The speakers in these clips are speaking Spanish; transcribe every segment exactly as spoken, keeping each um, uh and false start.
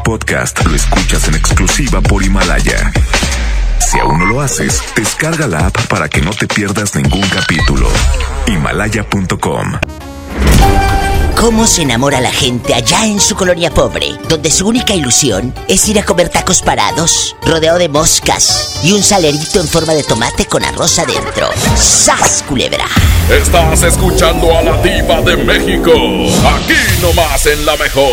podcast lo escuchas en exclusiva por Himalaya. Si aún no lo haces, descarga la app para que no te pierdas ningún capítulo. Himalaya punto com. ¿Cómo se enamora la gente allá en su colonia pobre, donde su única ilusión es ir a comer tacos parados, rodeado de moscas y un salerito en forma de tomate con arroz adentro? ¡Sas, culebra! Estás escuchando a la Diva de México, aquí nomás en La Mejor.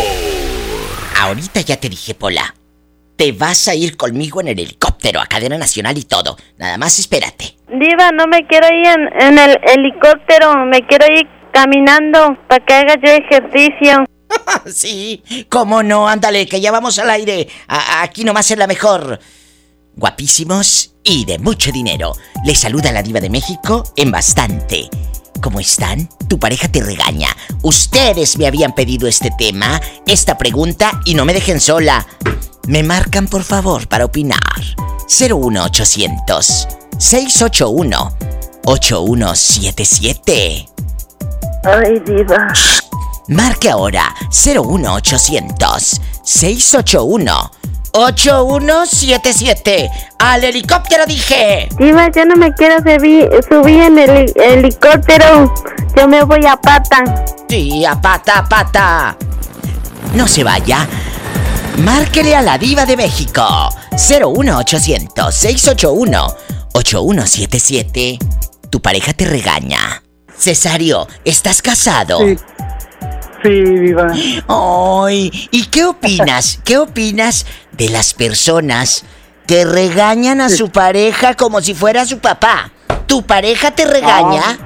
Ahorita ya te dije, Pola, te vas a ir conmigo en el helicóptero a cadena nacional y todo. Nada más espérate. Diva, no me quiero ir en, en el helicóptero, me quiero ir caminando para que haga yo ejercicio. Sí, cómo no, ándale, que ya vamos al aire. A- aquí nomás es La Mejor. Guapísimos y de mucho dinero. Les saluda la Diva de México en Bastante. ¿Cómo están? Tu pareja te regaña. Ustedes me habían pedido este tema, esta pregunta, y no me dejen sola. Me marcan, por favor, para opinar. cero uno ochocientos, seiscientos ochenta y uno, ochenta y uno setenta y siete. Ay, Diva. Marque ahora cero uno ochocientos, seiscientos ochenta y uno, ochenta y uno setenta y siete. ¡Al helicóptero dije! Diva, yo no me quiero subir, subir en el heli- helicóptero. Yo me voy a pata. Sí, a pata, a pata. No se vaya. Márquele a la Diva de México. cero uno ochocientos, seiscientos ochenta y uno, ochenta y uno setenta y siete. Tu pareja te regaña. Cesario, ¿estás casado? Sí. Sí, Diva. Ay, ¿y qué opinas? ¿Qué opinas de las personas que regañan a su pareja como si fuera su papá? ¿Tu pareja te regaña?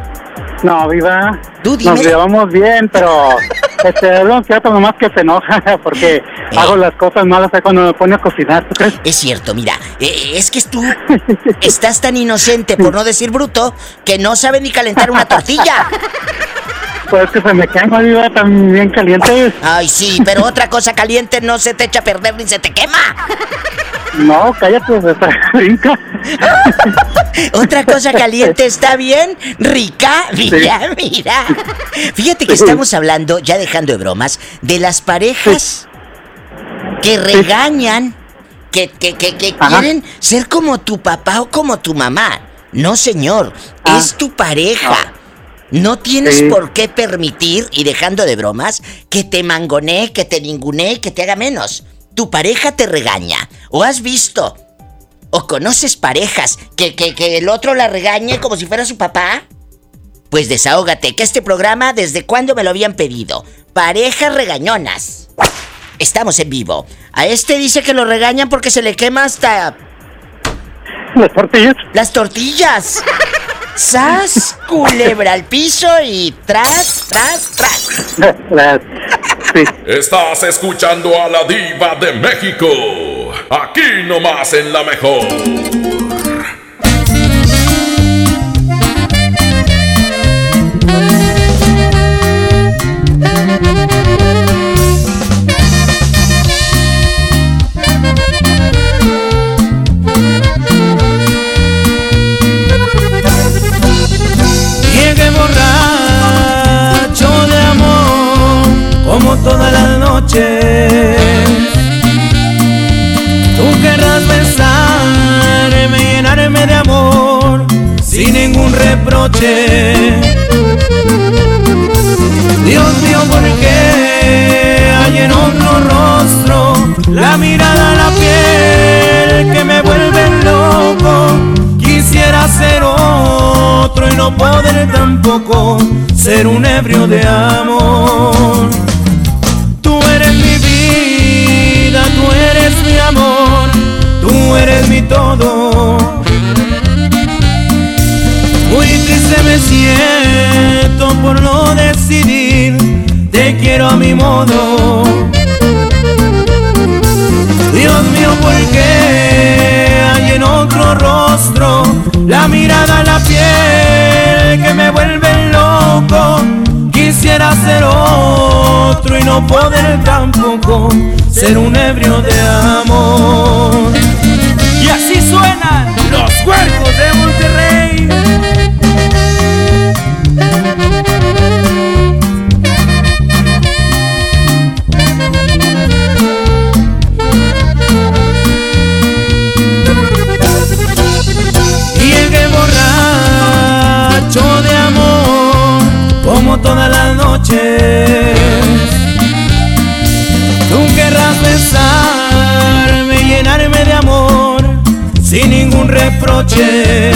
No, Diva. Tú dime. Nos llevamos bien, pero este, no es cierto, nomás que se enoja porque Eh. hago las cosas malas cuando me pone a cocinar, ¿tú crees? Es cierto, mira, eh, es que tú estás tan inocente, por no decir bruto, que no sabe ni calentar una tortilla. Pues que se me quema, Diva, tan bien caliente. Ay, sí, pero otra cosa caliente no se te echa a perder ni se te quema. No, cállate, está brinca. Otra cosa caliente está bien, rica, mira, mira. Fíjate que estamos hablando, ya dejando de bromas, de las parejas que regañan, que, que, que, que quieren ser como tu papá o como tu mamá. No, señor, Ah. es tu pareja. No tienes Sí. por qué permitir, y dejando de bromas, que te mangonee, que te ningunee, que te haga menos. Tu pareja te regaña. ¿O has visto o conoces parejas que, que, que el otro la regañe como si fuera su papá? Pues desahógate, que este programa, ¿desde cuándo me lo habían pedido? Parejas regañonas. Estamos en vivo. A este dice que lo regañan porque se le quema hasta Las tortillas. las tortillas. ¡Sas! Culebra al piso y tras, tras, tras. Las, sí. Estás escuchando a la Diva de México, aquí nomás en La Mejor. Llegué borracho de amor, como todas las noches. Tú querrás besarme, llenarme de amor, sin ningún reproche. Dios mío, ¿por qué hay en otro rostro la mirada, la piel que me vuelve loco? Quisiera ser otro y no poder tampoco ser un ebrio de amor. Tú eres mi vida, tú eres mi amor, tú eres mi todo. Muy triste me siento por no decidir, te quiero a mi modo. Dios mío, ¿por qué hay en otro rostro la mirada, la piel que me vuelve loco? Quisiera ser otro y no poder tampoco ser un ebrio de amor. Y así suenan los cuerpos de Monterrey. querrás besarme, llenarme de amor sin ningún reproche.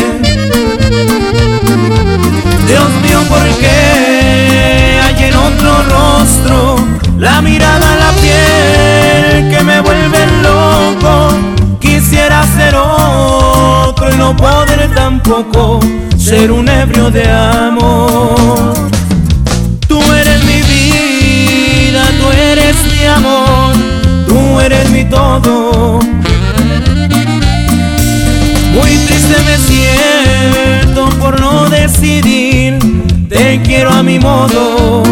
Dios mío, ¿por qué hay en otro rostro la mirada, la piel que me vuelve loco? Quisiera ser otro y no poder tampoco ser un ebrio de amor. Tú eres mi vida, tú eres mi amor, tú eres mi todo. Muy triste me siento por no decidir, te quiero a mi modo.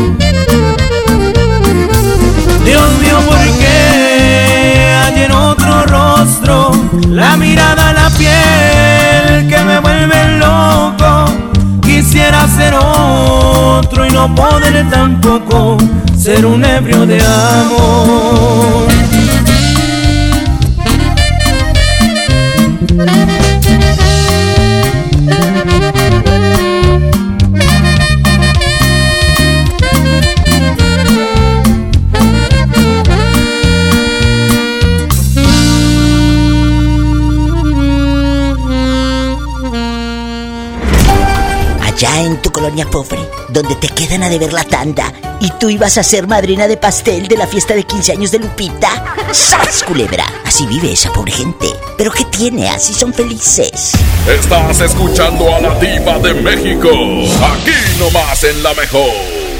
Dios mío, ¿por qué hay en otro rostro la mirada, la piel que me vuelve loco? Quisiera ser otro y no poder tampoco ser un ebrio de amor. Ya en tu colonia pobre, donde te quedan a deber la tanda y tú ibas a ser madrina de pastel de la fiesta de quince años de Lupita. ¡Sas, culebra! Así vive esa pobre gente. ¿Pero qué tiene? Así son felices. Estás escuchando a la Diva de México, aquí nomás en La Mejor.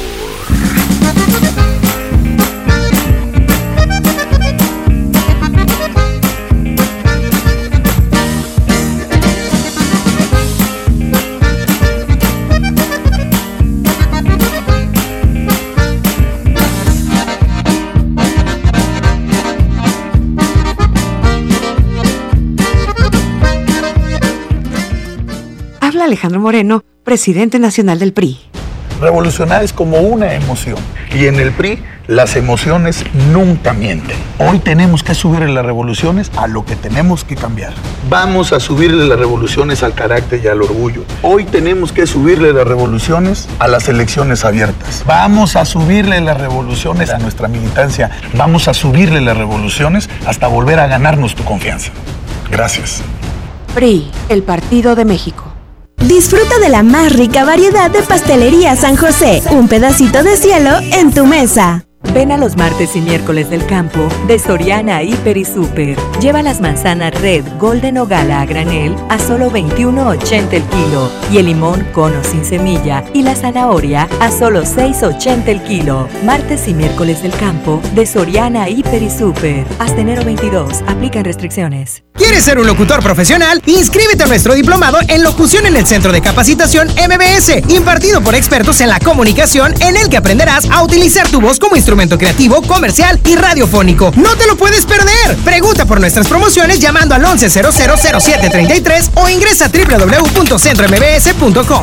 Alejandro Moreno, presidente nacional del P R I. Revolucionar es como una emoción y en el P R I las emociones nunca mienten. Hoy tenemos que subirle las revoluciones a lo que tenemos que cambiar. Vamos a subirle las revoluciones al carácter y al orgullo. Hoy tenemos que subirle las revoluciones a las elecciones abiertas. Vamos a subirle las revoluciones a nuestra militancia. Vamos a subirle las revoluciones hasta volver a ganarnos tu confianza. Gracias. P R I, el Partido de México. Disfruta de la más rica variedad de Pastelería San José. Un pedacito de cielo en tu mesa. Ven a los martes y miércoles del campo de Soriana Hiper y Super. Lleva las manzanas Red, Golden o Gala a granel a solo veintiuno ochenta el kilo y el limón cono sin semilla y la zanahoria a solo seis ochenta el kilo. Martes y miércoles del campo de Soriana Hiper y Super. Hasta enero veintidós. Aplican restricciones. ¿Quieres ser un locutor profesional? Inscríbete a nuestro diplomado en locución en el Centro de Capacitación M B S, impartido por expertos en la comunicación, en el que aprenderás a utilizar tu voz como instrumento creativo, comercial y radiofónico. ¡No te lo puedes perder! Pregunta por nuestras promociones llamando al once cero cero cero siete treinta y tres o ingresa a doble u doble u doble u punto centro m b s punto com.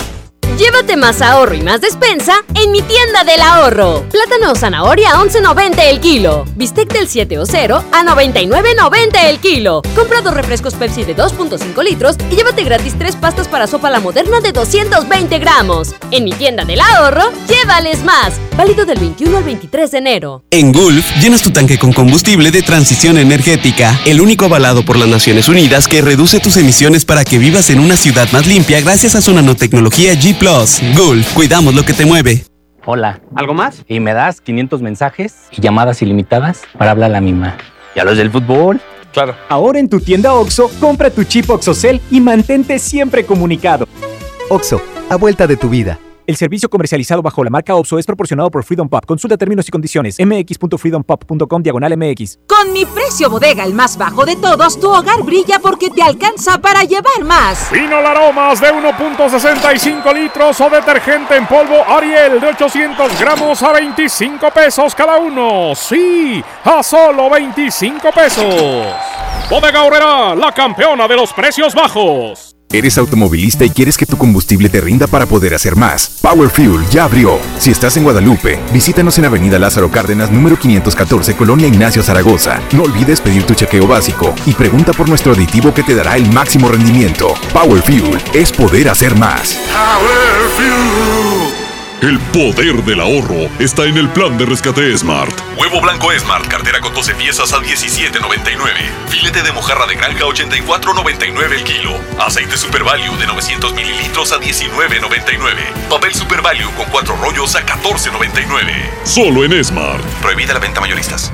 Llévate más ahorro y más despensa en mi tienda del ahorro. Plátano o zanahoria a once noventa el kilo. Bistec del siete o cero a noventa y nueve noventa el kilo. Compra dos refrescos Pepsi de dos punto cinco litros y llévate gratis tres pastas para sopa La Moderna de doscientos veinte gramos. En mi tienda del ahorro, llévales más. Válido del veintiuno al veintitrés de enero. En Gulf, llenas tu tanque con combustible de transición energética, el único avalado por las Naciones Unidas que reduce tus emisiones para que vivas en una ciudad más limpia gracias a su nanotecnología G Plus. Gulf, cuidamos lo que te mueve. Hola. ¿Algo más? Y me das quinientos mensajes y llamadas ilimitadas para hablar a la misma. ¿Y a los del fútbol? Claro. Ahora en tu tienda OXXO, compra tu chip OXXOCEL y mantente siempre comunicado. OXXO, a vuelta de tu vida. El servicio comercializado bajo la marca OXXO es proporcionado por Freedom Pop. Consulta términos y condiciones. m x punto freedom pop punto com diagonal m x. Con mi precio bodega, el más bajo de todos, tu hogar brilla porque te alcanza para llevar más. Fino Aromas de uno punto sesenta y cinco litros o detergente en polvo Ariel de ochocientos gramos a veinticinco pesos cada uno. Sí, a solo veinticinco pesos. Bodega Aurrerá, la campeona de los precios bajos. ¿Eres automovilista y quieres que tu combustible te rinda para poder hacer más? Power Fuel ya abrió. Si estás en Guadalupe, visítanos en Avenida Lázaro Cárdenas, número quinientos catorce, Colonia Ignacio Zaragoza. No olvides pedir tu chequeo básico y pregunta por nuestro aditivo que te dará el máximo rendimiento. Power Fuel es poder hacer más. Power Fuel. El poder del ahorro está en el plan de rescate Smart. Huevo blanco Smart, cartera con doce piezas a diecisiete noventa y nueve. Filete de mojarra de granja ochenta y cuatro noventa y nueve el kilo. Aceite Super Value de novecientos mililitros a diecinueve noventa y nueve. Papel Super Value con cuatro rollos a catorce noventa y nueve. Solo en Smart. Prohibida la venta mayoristas.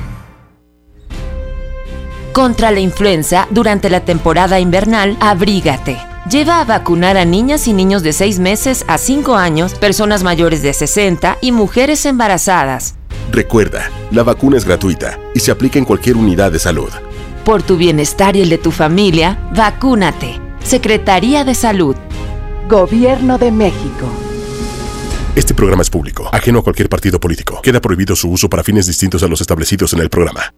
Contra la influenza, durante la temporada invernal, abrígate. Lleva a vacunar a niñas y niños de seis meses a cinco años, personas mayores de sesenta y mujeres embarazadas. Recuerda, la vacuna es gratuita y se aplica en cualquier unidad de salud. Por tu bienestar y el de tu familia, vacúnate. Secretaría de Salud. Gobierno de México. Este programa es público, ajeno a cualquier partido político. Queda prohibido su uso para fines distintos a los establecidos en el programa.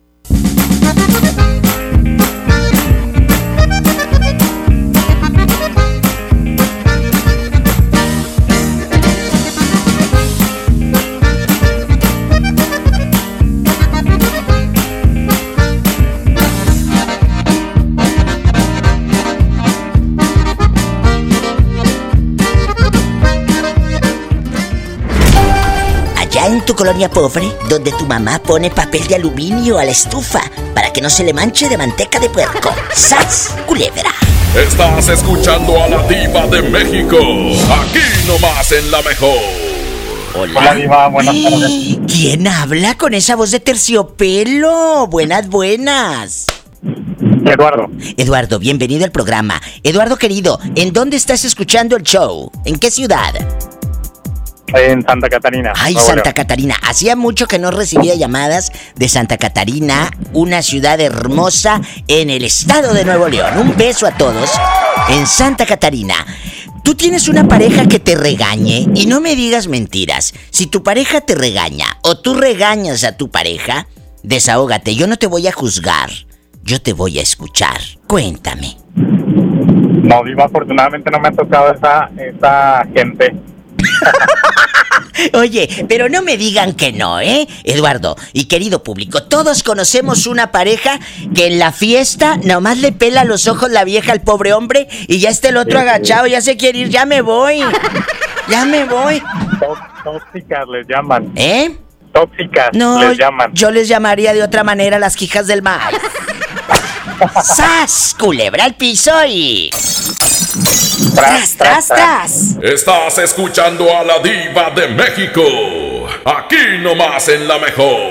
En tu colonia pobre, donde tu mamá pone papel de aluminio a la estufa para que no se le manche de manteca de puerco. ¡Sas, culebra! Estás escuchando a la Diva de México, aquí nomás en La Mejor. Hola, Hola Diva, buenas tardes. ¿Quién habla con esa voz de terciopelo? Buenas, buenas. Eduardo. Eduardo, bienvenido al programa. Eduardo querido, ¿en dónde estás escuchando el show? ¿En qué ciudad? En Santa Catarina. Ay, Nuevo Santa León. Catarina. Hacía mucho que no recibía llamadas de Santa Catarina, una ciudad hermosa en el estado de Nuevo León. Un beso a todos en Santa Catarina. Tú tienes una pareja que te regañe y no me digas mentiras. Si tu pareja te regaña o tú regañas a tu pareja, desahógate. Yo no te voy a juzgar. Yo te voy a escuchar. Cuéntame. No, Diva, afortunadamente no me ha tocado esa, esa gente. Oye, pero no me digan que no, ¿eh? Eduardo y querido público, todos conocemos una pareja que en la fiesta nomás le pela los ojos la vieja al pobre hombre y ya está el otro agachado, ya se quiere ir, ya me voy. Ya me voy. Tóxicas les llaman. ¿Eh? Tóxicas no, les llaman. Yo les llamaría de otra manera las quijas del mar. ¡Sas! Culebra al piso y... ¡Tras, tras, tras! Estás escuchando a la Diva de México, aquí nomás en La Mejor.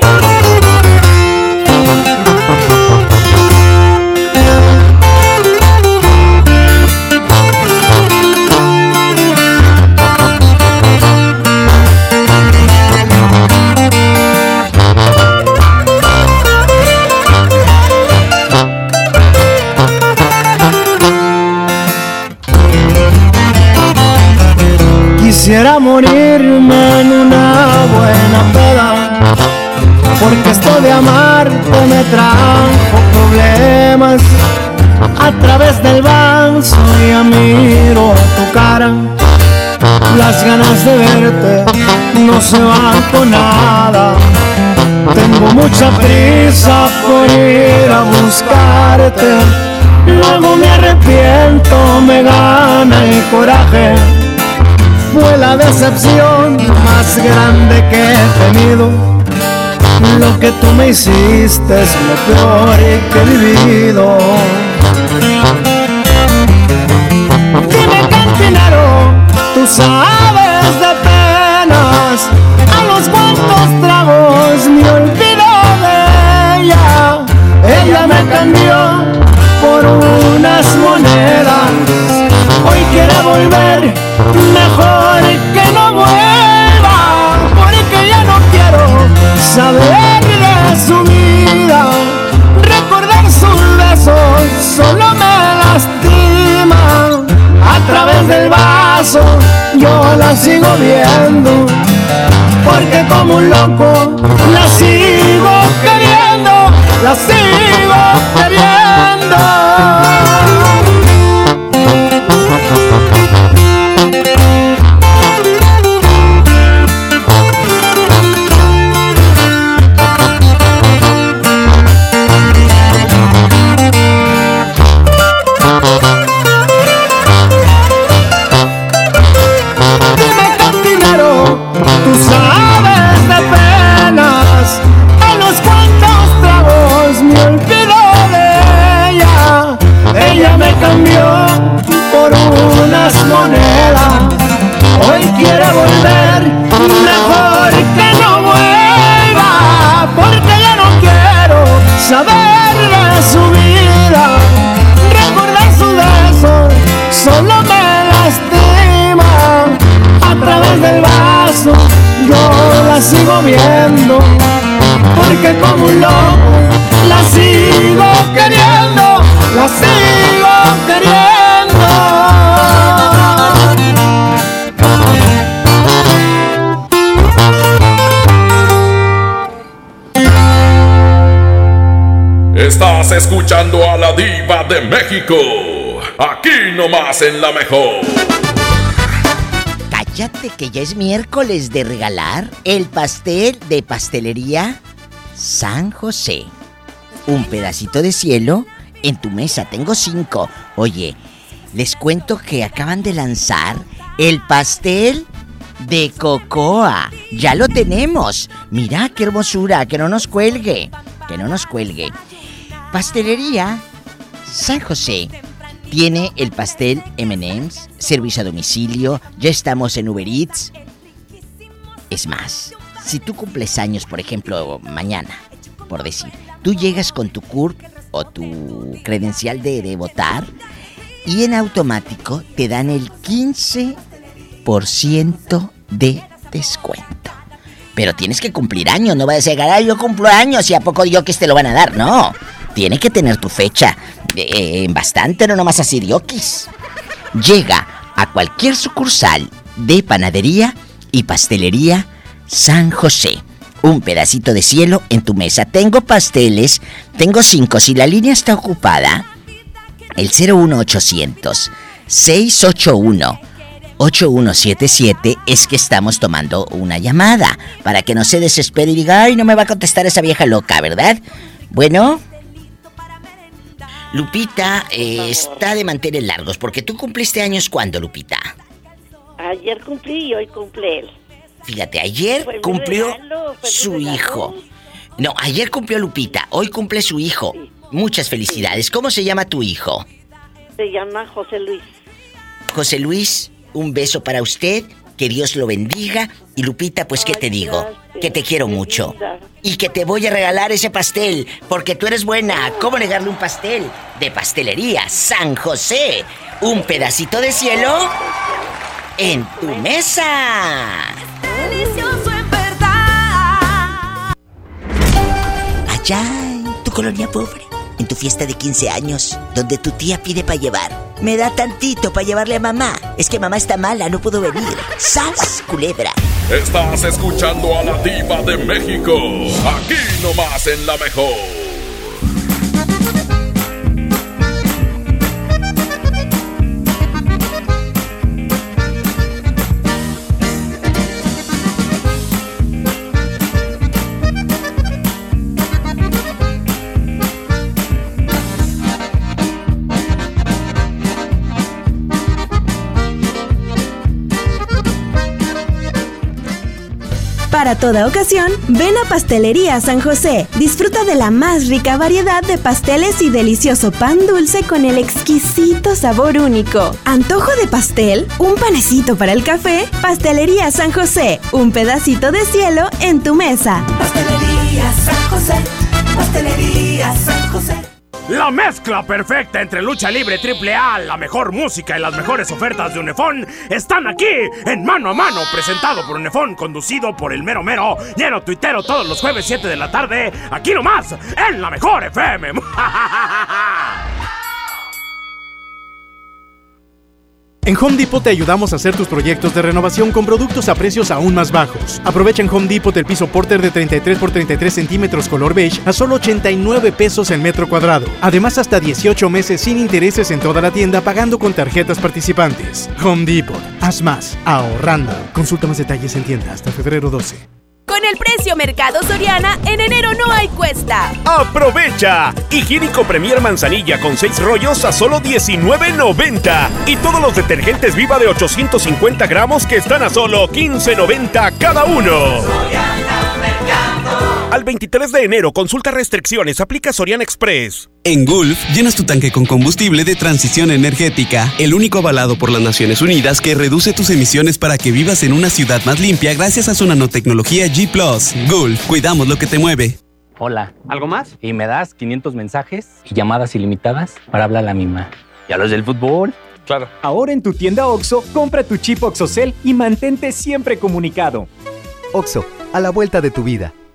Quisiera morirme en una buena peda, porque esto de amarte me trajo problemas. A través del vaso ya miro tu cara, las ganas de verte no se van con nada. Tengo mucha prisa por ir a buscarte, luego me arrepiento, me gana el coraje. Fue la decepción más grande que he tenido. Lo que tú me hiciste es lo peor que he vivido. Dime, cantinero, tú sabes de penas, a los cuantos tragos me olvido de ella. Ella me cambió por unas monedas, hoy quiere volver, mejor que no vuelva, porque ya no quiero saber de su vida. Recordar sus besos solo me lastima. A través del vaso yo la sigo viendo, porque como un loco la sigo queriendo, la sigo queriendo. Estás escuchando a la Diva de México. Aquí nomás en La Mejor. Cállate que ya es miércoles de regalar el pastel de Pastelería San José. Un pedacito de cielo en tu mesa. Tengo cinco. Oye, les cuento que acaban de lanzar el pastel de cocoa. Ya lo tenemos. Mira qué hermosura. Que no nos cuelgue. Que no nos cuelgue. Pastelería San José tiene el pastel eme and eme's, servicio a domicilio, ya estamos en Uber Eats. Es más, si tú cumples años, por ejemplo, mañana, por decir, tú llegas con tu C U R P o tu credencial de, de votar y en automático te dan el quince por ciento de descuento. Pero tienes que cumplir años, no vayas a llegar, yo cumplo años y a poco yo que te lo van a dar, no. Tiene que tener tu fecha eh, bastante, no nomás así de oquis. Llega a cualquier sucursal de panadería y pastelería San José. Un pedacito de cielo en tu mesa. Tengo pasteles, tengo cinco. Si la línea está ocupada, el cero uno ochocientos, seiscientos ochenta y uno, ochenta y uno setenta y siete es que estamos tomando una llamada. Para que no se desespere y diga, ay, no me va a contestar esa vieja loca, ¿verdad? Bueno... Lupita eh, está de mantener largos, porque tú cumpliste años, ¿cuándo, Lupita? Ayer cumplí y hoy cumple él. Fíjate, ayer cumplió regalo, su regalo. hijo. No, ayer cumplió Lupita, hoy cumple su hijo. Sí. Muchas felicidades. ¿Cómo se llama tu hijo? Se llama José Luis. José Luis, un beso para usted, que Dios lo bendiga. Y Lupita, pues, ¿qué te digo? Gracias. Que te quiero mucho. Y que te voy a regalar ese pastel, porque tú eres buena. ¿Cómo negarle un pastel? De Pastelería San José. Un pedacito de cielo en tu mesa. Delicioso en verdad. Allá en tu colonia pobre, en tu fiesta de quince años, donde tu tía pide para llevar. Me da tantito para llevarle a mamá. Es que mamá está mala, no pudo venir. ¡Sas, culebra! Estás escuchando a la Diva de México. Aquí nomás en La Mejor. Para toda ocasión, ven a Pastelería San José. Disfruta de la más rica variedad de pasteles y delicioso pan dulce con el exquisito sabor único. ¿Antojo de pastel? ¿Un panecito para el café? Pastelería San José. Un pedacito de cielo en tu mesa. Pastelería San José. Pastelería San José. La mezcla perfecta entre lucha libre triple A, la mejor música y las mejores ofertas de Unefón están aquí en Mano a Mano, presentado por Unefón, conducido por el mero mero, lleno tuitero todos los jueves siete de la tarde, aquí nomás, en la mejor F M. En Home Depot te ayudamos a hacer tus proyectos de renovación con productos a precios aún más bajos. Aprovecha en Home Depot el piso Porter de treinta y tres por treinta y tres centímetros color beige a solo ochenta y nueve pesos el metro cuadrado. Además, hasta dieciocho meses sin intereses en toda la tienda pagando con tarjetas participantes. Home Depot. Haz más ahorrando. Consulta más detalles en tienda hasta febrero doce. Con el precio Mercado Soriana, en enero no hay cuesta. ¡Aprovecha! Higiénico Premier Manzanilla con seis rollos a solo diecinueve noventa. Y todos los detergentes Viva de ochocientos cincuenta gramos que están a solo quince noventa cada uno. Soriana Mercado. Al veintitrés de enero, consulta restricciones, aplica Soriana Express. En Gulf, llenas tu tanque con combustible de transición energética, el único avalado por las Naciones Unidas que reduce tus emisiones para que vivas en una ciudad más limpia gracias a su nanotecnología G plus. Gulf, cuidamos lo que te mueve. Hola. ¿Algo más? Y me das quinientos mensajes y llamadas ilimitadas para hablar a la misma. ¿Y a los del fútbol? Claro. Ahora en tu tienda OXXO, compra tu chip OXXOCEL y mantente siempre comunicado. OXXO, a la vuelta de tu vida.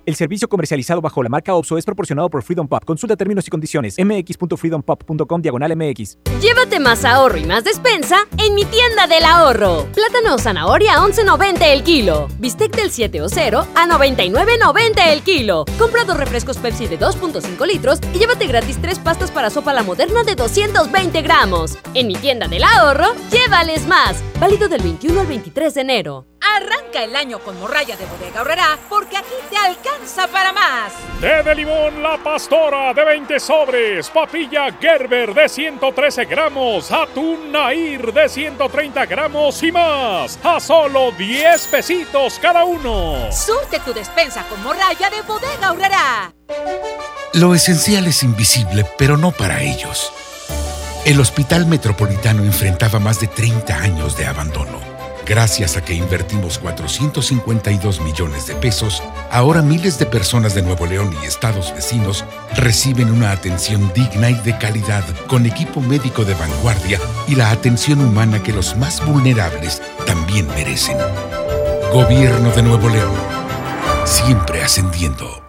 El servicio comercializado bajo la marca OPSO es proporcionado por Freedom Pop. Consulta términos y condiciones. mx.freedompop.com diagonal mx. Llévate más ahorro y más despensa en mi tienda del ahorro. Plátano o zanahoria a once noventa el kilo. Bistec del siete o cero a noventa y nueve noventa el kilo. Compra dos refrescos Pepsi de dos punto cinco litros y llévate gratis tres pastas para sopa La Moderna de doscientos veinte gramos. En mi tienda del ahorro, llévales más. Válido del veintiuno al veintitrés de enero. Arranca el año con morralla de Bodega Aurrerá porque aquí te alcanza para más. Té de limón La Pastora de veinte sobres, papilla Gerber de ciento trece gramos, atún Nair de ciento treinta gramos y más, a solo diez pesitos cada uno. Surte tu despensa con morralla de Bodega Aurrerá. Lo esencial es invisible, pero no para ellos. El Hospital Metropolitano enfrentaba más de treinta años de abandono. Gracias a que invertimos cuatrocientos cincuenta y dos millones de pesos, ahora miles de personas de Nuevo León y estados vecinos reciben una atención digna y de calidad con equipo médico de vanguardia y la atención humana que los más vulnerables también merecen. Gobierno de Nuevo León, siempre ascendiendo.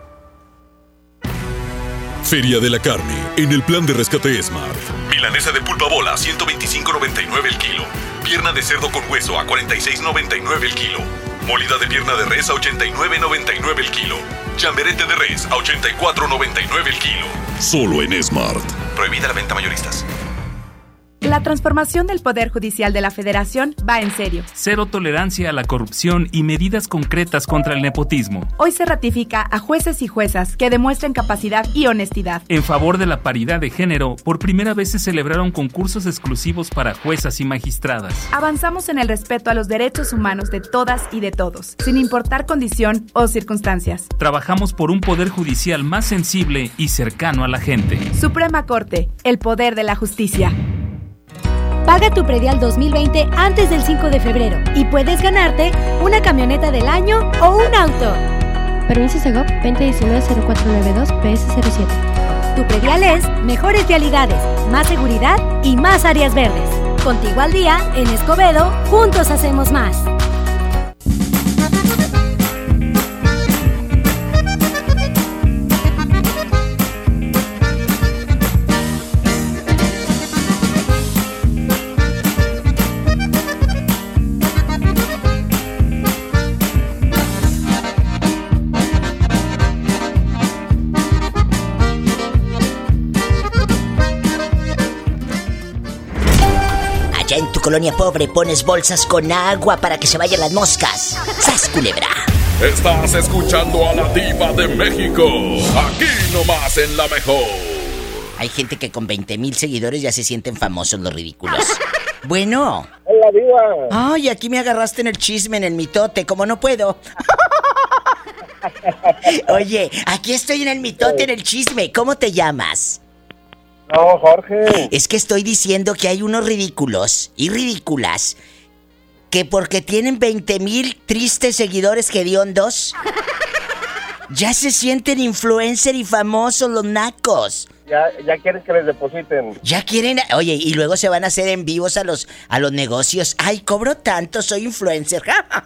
Feria de la Carne, en el plan de rescate Smart. Milanesa de pulpa bola, ciento veinticinco noventa y nueve el kilo. Pierna de cerdo con hueso a cuarenta y seis noventa y nueve el kilo. Molida de pierna de res a ochenta y nueve noventa y nueve el kilo. Chamberete de res a ochenta y cuatro noventa y nueve el kilo. Solo en Smart. Prohibida la venta mayoristas. La transformación del Poder Judicial de la Federación va en serio. Cero tolerancia a la corrupción y medidas concretas contra el nepotismo. Hoy se ratifica a jueces y juezas que demuestren capacidad y honestidad. En favor de la paridad de género, por primera vez se celebraron concursos exclusivos para juezas y magistradas. Avanzamos en el respeto a los derechos humanos de todas y de todos, sin importar condición o circunstancias. Trabajamos por un poder judicial más sensible y cercano a la gente. Suprema Corte, el poder de la justicia. Paga tu predial dos mil veinte antes del cinco de febrero y puedes ganarte una camioneta del año o un auto. Permiso Segov veinte diecinueve cero cuatro nueve dos P S cero siete. Tu predial es mejores vialidades, más seguridad y más áreas verdes. Contigo al día, en Escobedo, juntos hacemos más. En tu colonia pobre pones bolsas con agua para que se vayan las moscas. ¡Sas, culebra! Estás escuchando a la Diva de México, aquí nomás en La Mejor. Hay gente que con veinte mil seguidores ya se sienten famosos los ridículos. Bueno. Hola, Diva. Ay, aquí me agarraste en el chisme, en el mitote, como no puedo. Oye, aquí estoy en el mitote, en el chisme. ¿Cómo te llamas? No, Jorge. Es que estoy diciendo que hay unos ridículos y ridículas que porque tienen veinte mil tristes seguidores hediondos ya se sienten influencer y famosos los nacos. Ya, ya quieren que les depositen. Ya quieren, oye, y luego se van a hacer en vivos a los a los negocios. Ay, cobro tanto, soy influencer.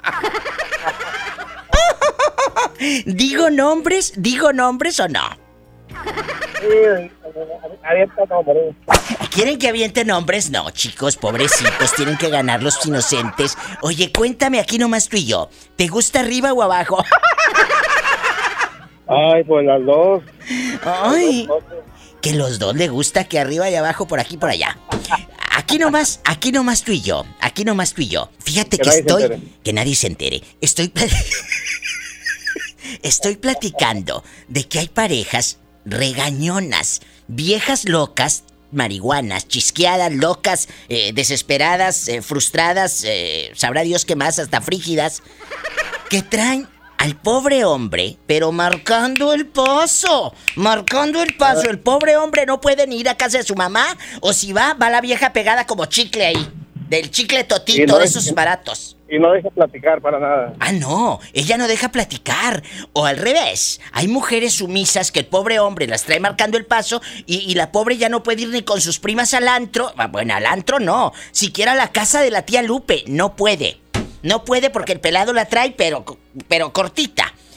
¿Digo nombres? ¿Digo nombres o no? Sí, avienta nombres. ¿Quieren que aviente nombres? No, chicos, pobrecitos, tienen que ganar los inocentes. Oye, cuéntame aquí nomás tú y yo. ¿Te gusta arriba o abajo? Ay, pues las dos. Ay, que los dos le gusta, que arriba y abajo, por aquí, por allá. Aquí nomás, aquí nomás tú y yo. Aquí nomás tú y yo. Fíjate que, que estoy... Que nadie se entere. Estoy... Estoy platicando de que hay parejas regañonas, viejas locas, marihuanas, chisqueadas, locas, eh, desesperadas, eh, frustradas, eh, sabrá Dios qué más, hasta frígidas, que traen al pobre hombre, pero marcando el paso, marcando el paso. El pobre hombre no puede ni ir a casa de su mamá, o si va, va la vieja pegada como chicle ahí, del chicle totito, no de esos deja, baratos. Y no deja platicar para nada. Ah, no, ella no deja platicar. O al revés, hay mujeres sumisas que el pobre hombre las trae marcando el paso y, y la pobre ya no puede ir ni con sus primas al antro. Bueno, al antro no, siquiera a la casa de la tía Lupe, no puede. No puede porque el pelado la trae, pero, pero cortita.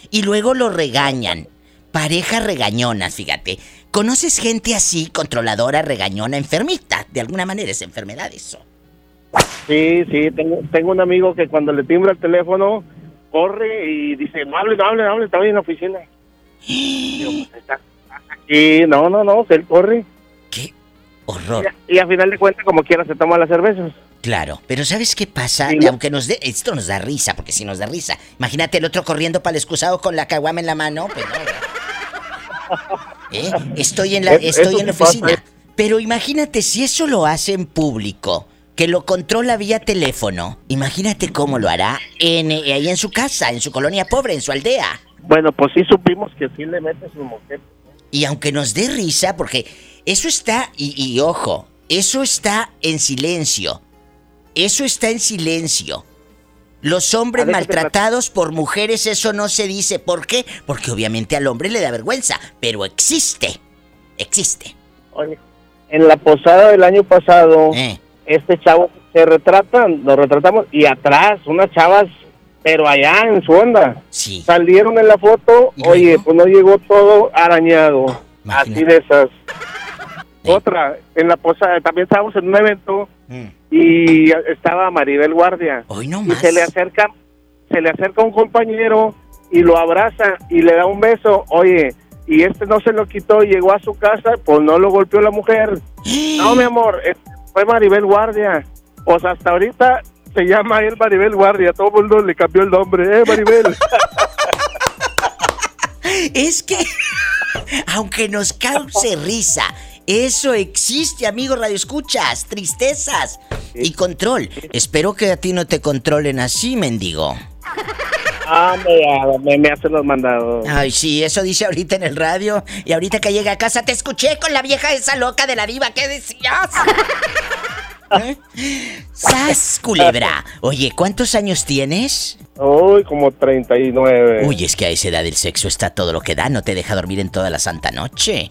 y luego lo regañan. Parejas regañonas, fíjate. ¿Conoces gente así, controladora, regañona, enfermita? De alguna manera es enfermedad eso. Sí, sí, tengo, tengo un amigo que cuando le timbra el teléfono, corre y dice, no hable, no hable, no hable, está bien en la oficina. Digo, pues, está aquí, no, no, no, él corre. ¡Qué horror! Y, y a final de cuentas, como quiera, se toma las cervezas. Claro, pero ¿sabes qué pasa? Sí, no. Aunque nos dé... Esto nos da risa, porque si nos da risa. Imagínate el otro corriendo para el excusado con la caguama en la mano, pues no. ¿Eh? Estoy en la, Es- estoy eso en la sí pasa, oficina. ¿eh? Pero imagínate si eso lo hace en público, que lo controla vía teléfono. Imagínate cómo lo hará en, eh, ahí en su casa, en su colonia pobre, en su aldea. Bueno, pues sí supimos que sí le mete su mujer. Y aunque nos dé risa, porque eso está, y, y ojo, eso está en silencio. Eso está en silencio. Los hombres A ver, ¿qué te maltratados por mujeres, eso no se dice. ¿Por qué? Porque obviamente al hombre le da vergüenza, pero existe. Existe. Oye, en la posada del año pasado, Eh. este chavo se retrata, lo retratamos, y atrás, unas chavas, pero allá en su onda. Sí. Salieron en la foto, oye, pues no llegó todo arañado. Así de esas. Otra, en la posada, también estábamos en un evento y estaba Maribel Guardia. Hoy no y más. se le acerca, se le acerca un compañero y lo abraza y le da un beso. Oye, y este no se lo quitó y llegó a su casa, pues no lo golpeó la mujer. No, mi amor, es- fue Maribel Guardia. Pues hasta ahorita se llama él Maribel Guardia. Todo el mundo le cambió el nombre. Eh, Maribel. Es que, aunque nos cause risa, eso existe, amigo Radio Escuchas, tristezas y control. Espero que a ti no te controlen así, mendigo. Ah, me, me, me hacen los mandados. Ay, sí, eso dice ahorita en el radio. Y ahorita que llegue a casa, te escuché con la vieja esa loca de la diva. ¿Qué decías? ¿Eh? ¡Sas, culebra! Oye, ¿cuántos años tienes? Uy, como treinta y nueve. Uy, es que a esa edad el sexo está todo lo que da. No te deja dormir en toda la santa noche.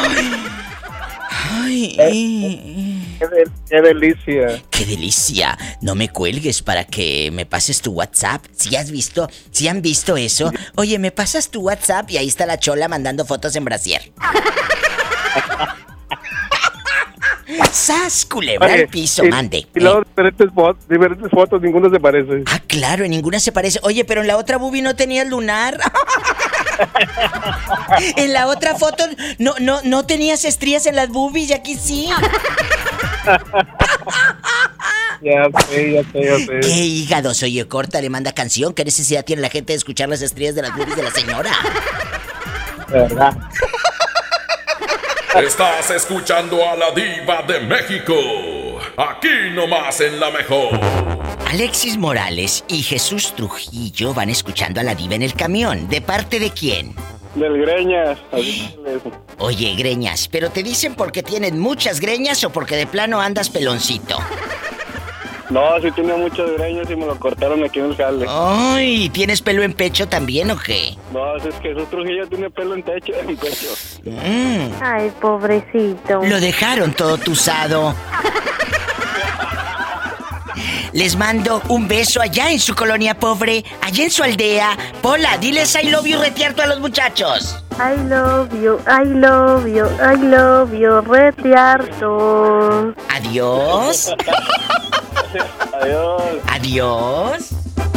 Ay, ay. Qué, de- qué delicia. ¡Qué delicia! No me cuelgues para que me pases tu WhatsApp. Si has visto, si han visto eso. Oye, me pasas tu WhatsApp y ahí está la chola mandando fotos en brasier. ¡Sas, culebra Oye, al piso! y- Mande. Y luego diferentes, fo- diferentes fotos, ninguna se parece. Ah, claro, en ninguna se parece. Oye, pero en la otra boobie no tenía el lunar. En la otra foto no, no, no tenías estrías en las boobies y aquí sí. Ya sé, ya sé, ya sé. ¡Qué hígados! Oye, corta, le manda canción. ¿Qué necesidad tiene la gente de escuchar las estrías de las boobies de la señora? ¿Verdad? Estás escuchando a la Diva de México. Aquí nomás en La Mejor. Alexis Morales y Jesús Trujillo van escuchando a la diva en el camión. ¿De parte de quién? Del Greñas. así es. Oye, greñas, ¿pero te dicen porque tienen muchas greñas o porque de plano andas peloncito? No, sí tenía muchos greñas y me lo cortaron aquí en el jale. Ay, ¿tienes pelo en pecho también o qué? No, es que Jesús Trujillo tiene pelo en techo, en pecho. Mm, Ay, pobrecito. lo dejaron todo tusado. Les mando un beso allá en su colonia pobre, allá en su aldea. Pola, diles I love you retierto a los muchachos. I love you, I love you, I love you, retiarto. Adiós. Adiós. Adiós.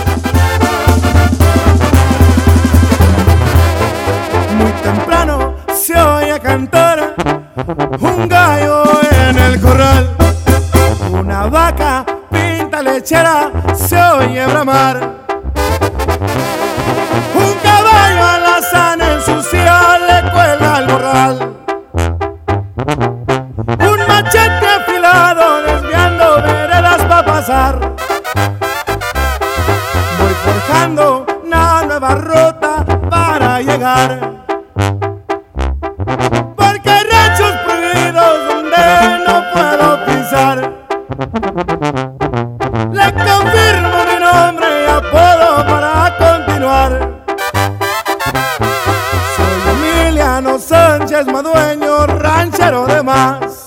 Muy temprano se oye cantar un gallo en el corral. Una vaca pinta lechera se oye bramar. Un caballo alazán en su silla le cuelga al morral. Un machete afilado desviando veredas pa' pasar. Voy forjando una nueva ruta para llegar. Porque hay ranchos prohibidos donde no puedo pisar. Le confirmo mi nombre y apodo para continuar. Soy Emiliano Sánchez Madueño, ranchero de más.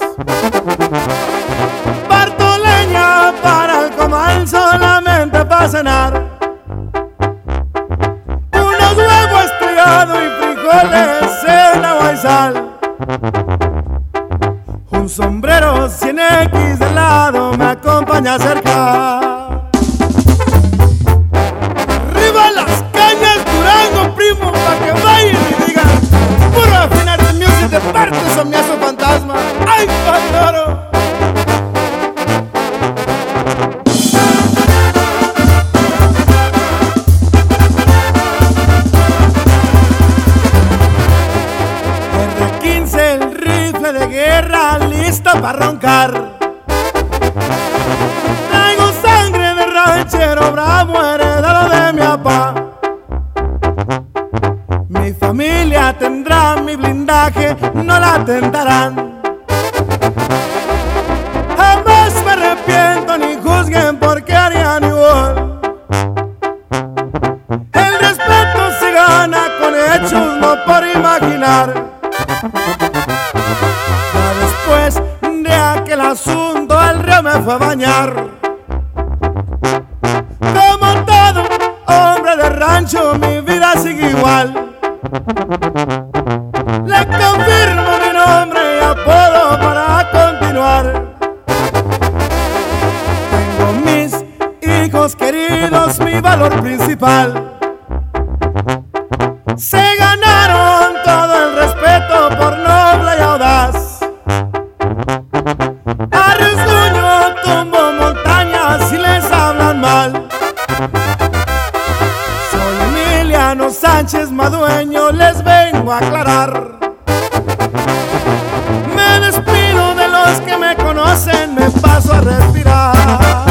Parto leña para el comal solamente para cenar. Unos huevos universal. Un sombrero cien equis de lado me acompaña a acercar. Arriba las cañas, Durango, primo, pa' que vayan y digan puro afinar de music de parte somniazo fantasma. ¡Ay, pandoro! erre quince, el rifle de guerra, lista para roncar. Traigo sangre de ranchero bravo heredado de mi papá. Mi familia tendrá mi blindaje, no la tentarán. Jamás me arrepiento ni juzguen porque harían igual. El respeto se gana con hechos, no por imaginar. Ya después de aquel asunto el río me fue a bañar. Como todo hombre de rancho mi vida sigue igual. Le confirmo mi nombre y apodo para continuar. Tengo mis hijos queridos, mi valor principal. Se ganaron todo el respeto por noble y audaz. Arrasguño, tumbo montañas y les hablan mal. Soy Emiliano Sánchez Madueño, les vengo a aclarar. Me despido de los que me conocen, me paso a respirar.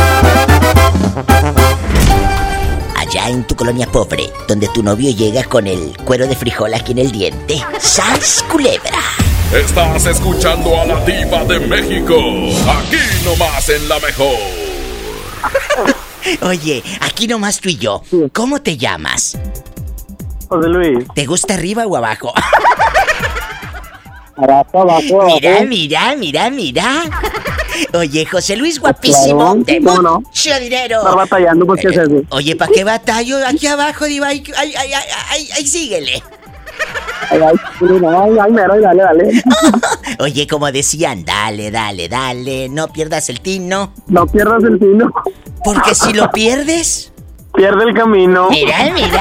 Allá en tu colonia pobre, donde tu novio llega con el cuero de frijol aquí en el diente. ¡Sas, culebra! Estás escuchando a la Diva de México, aquí nomás en La Mejor. Oye, aquí nomás tú y yo. ¿Cómo te llamas? José Luis. ¿Te gusta arriba o abajo? Abajo, abajo, abajo. Mira, mira, mira, mira. Oye, José Luis, guapísimo, Claro, de ¿cómo no? mucho dinero. Estar batallando, pues, ¿qué es eso? Oye, ¿para qué batallo? Aquí abajo, Diva, ahí, ahí, ahí, ahí, ahí, síguele. Ay, ay, no, ay, ay, mero, dale, dale. Oye, como decían, dale, dale, dale, no pierdas el tino. No pierdas el tino. Porque si lo pierdes... Pierde el camino. Mira, mira.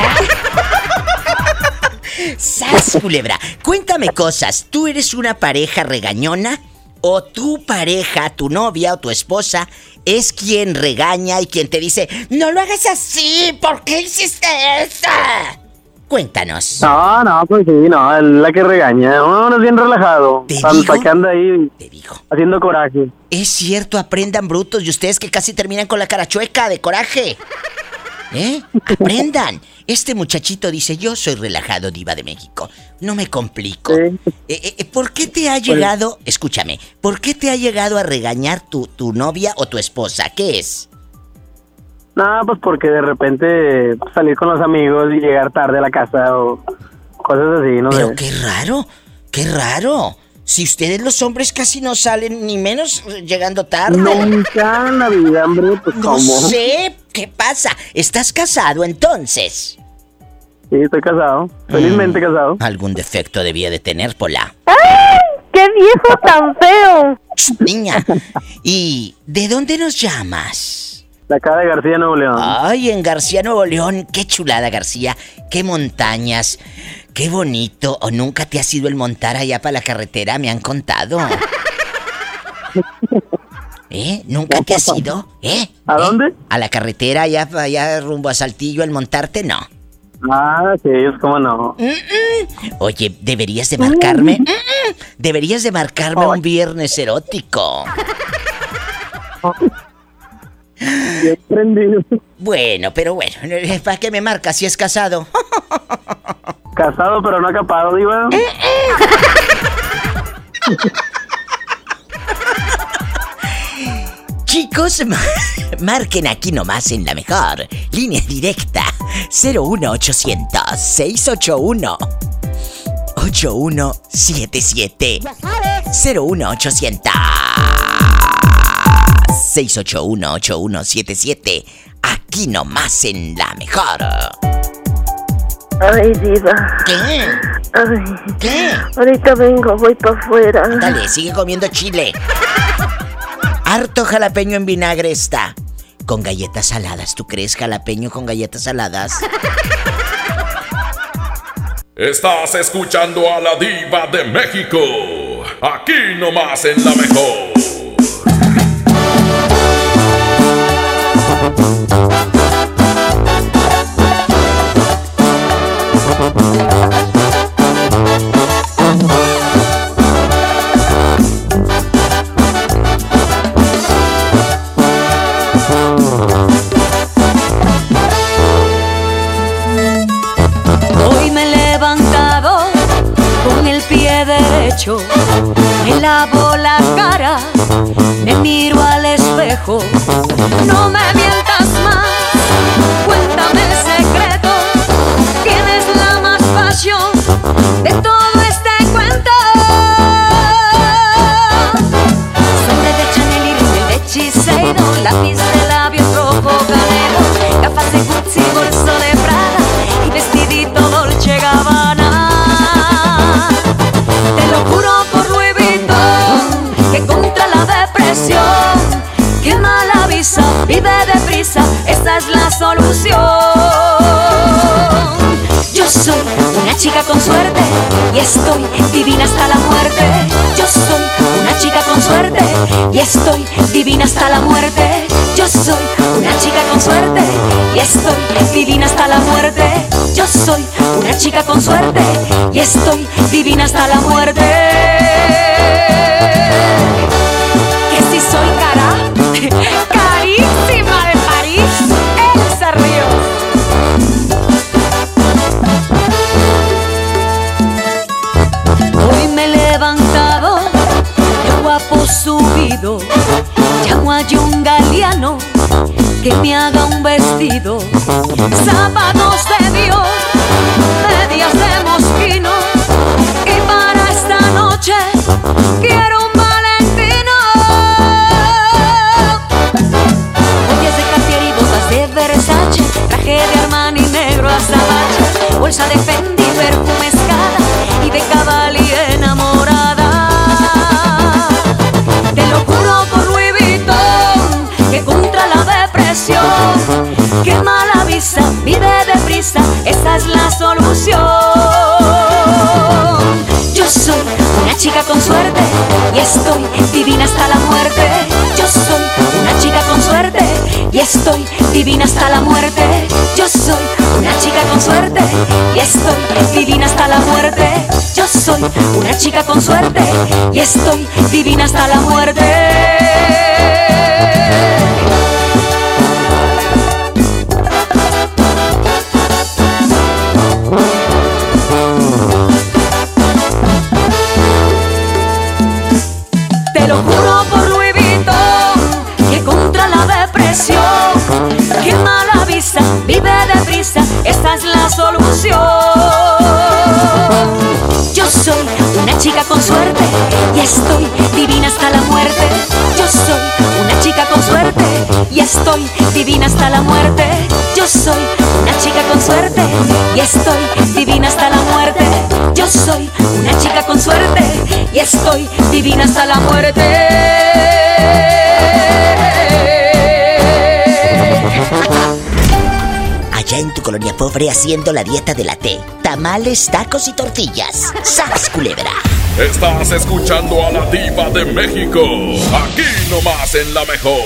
¡Sas, culebra! Cuéntame cosas. ¿Tú eres una pareja regañona? ¿O tu pareja, tu novia o tu esposa es quien regaña y quien te dice no lo hagas así, ¿por qué hiciste eso? Cuéntanos. No, no, pues sí, no, es la que regaña. Uno es bien relajado. Te Hasta digo, que anda ahí te digo. haciendo coraje. Es cierto, aprendan brutos y ustedes que casi terminan con la cara chueca de coraje. ¿Eh? Aprendan. Este muchachito dice, yo soy relajado, Diva de México. No me complico. Sí. Eh, eh, ¿Por qué te ha llegado, escúchame, ¿por qué te ha llegado a regañar tu, tu novia o tu esposa? ¿Qué es? No, pues porque de repente salir con los amigos y llegar tarde a la casa o cosas así, no Pero sé. qué raro, qué raro. Si ustedes los hombres casi no salen, ni menos llegando tarde. Nunca en la vida, hombre, pues No ¿cómo? sé, ¿qué pasa? ¿Estás casado entonces? Sí, estoy casado, felizmente Mm, casado. Algún defecto debía de tener, Pola. ¡Ay! ¡Qué viejo tan feo! Niña, ¿y de dónde nos llamas? De acá de García, Nuevo León. Ay, en García, Nuevo León. Qué chulada, García. Qué montañas. Qué bonito. ¿O nunca te has ido el montar allá para la carretera? Me han contado. ¿Eh? ¿Nunca te has ido? ¿Eh? ¿A ¿Eh? dónde? A la carretera, allá, allá rumbo a Saltillo, el montarte, no. Ah, sí, es como no. Mm-mm. Oye, deberías de marcarme. Mm-mm. Deberías de marcarme un viernes erótico. Bien prendido. Bueno, pero bueno, ¿para qué me marcas si es casado? Casado pero no acapado, Diva. Chicos, ma- marquen aquí nomás en la mejor línea directa cero uno ochocientos, seiscientos ochenta y uno, ochenta y uno setenta y siete cero uno ochocientos, seiscientos ochenta y uno, ochenta y uno setenta y siete. Aquí nomás en la mejor. Ay, Diva. ¿Qué? Ay. ¿Qué? Ahorita vengo, voy para afuera. Dale, sigue comiendo chile. Harto jalapeño en vinagre está. Con galletas saladas, ¿tú crees jalapeño con galletas saladas? Estás escuchando a la Diva de México. Aquí nomás en La Mejor. Hoy me he levantado con el pie derecho, me lavo la cara, me miro al espejo. No me mientas más, cuéntame el secreto. Tienes la más pasión de todo este cuento. Sangre de Chanel y rímel de Shiseido, lápiz de labios rojo canelo, gafas de Gucci, bolso de Prada y vestidito Dolce Gabbana. Te lo juro por Louis Vuitton, que contra la depresión quema la visa, vive deprisa, esa es la solución. Yo soy una chica con suerte y estoy divina hasta la muerte. Yo soy una chica con suerte y estoy divina hasta la muerte. Yo soy una chica con suerte y estoy divina hasta la muerte. Yo soy una chica con suerte y estoy divina hasta la muerte. Que si soy cara, carísima de París, Elsa Ríos. Hoy me he levantado, de guapo subido, llamo a John Galliano que me haga un vestido, zapatos de Dior, medias de Moschino, y para esta noche quiero un Valentino. Joyas de Cartier y botas de Versace, traje de Armani negro azabache, bolsa de Fendi, perfume Escada y de Cavalli enamorada. Te lo juro por Louis Vuitton, que contra la depresión quema la visa, vive deprisa, esa es la solución. Yo soy una chica con suerte y estoy divina hasta la muerte. Yo soy una chica con suerte y estoy divina hasta la muerte. Yo soy una chica con suerte y estoy divina hasta la muerte. Yo soy una chica con suerte y estoy divina hasta la muerte. Te lo juro por Louis Vuitton, que contra la depresión quema la visa, vive deprisa, esta es la solución. Yo soy una chica con suerte y estoy divina hasta la muerte. Yo soy una chica con suerte y estoy divina hasta la muerte. Yo soy una chica con suerte y estoy divina hasta la muerte. Yo soy una chica con suerte y estoy divina hasta la muerte. Allá en tu colonia pobre haciendo la dieta de la T. Tamales, tacos y tortillas. ¡Sas, culebra! Estás escuchando a la Diva de México. Aquí nomás en La Mejor.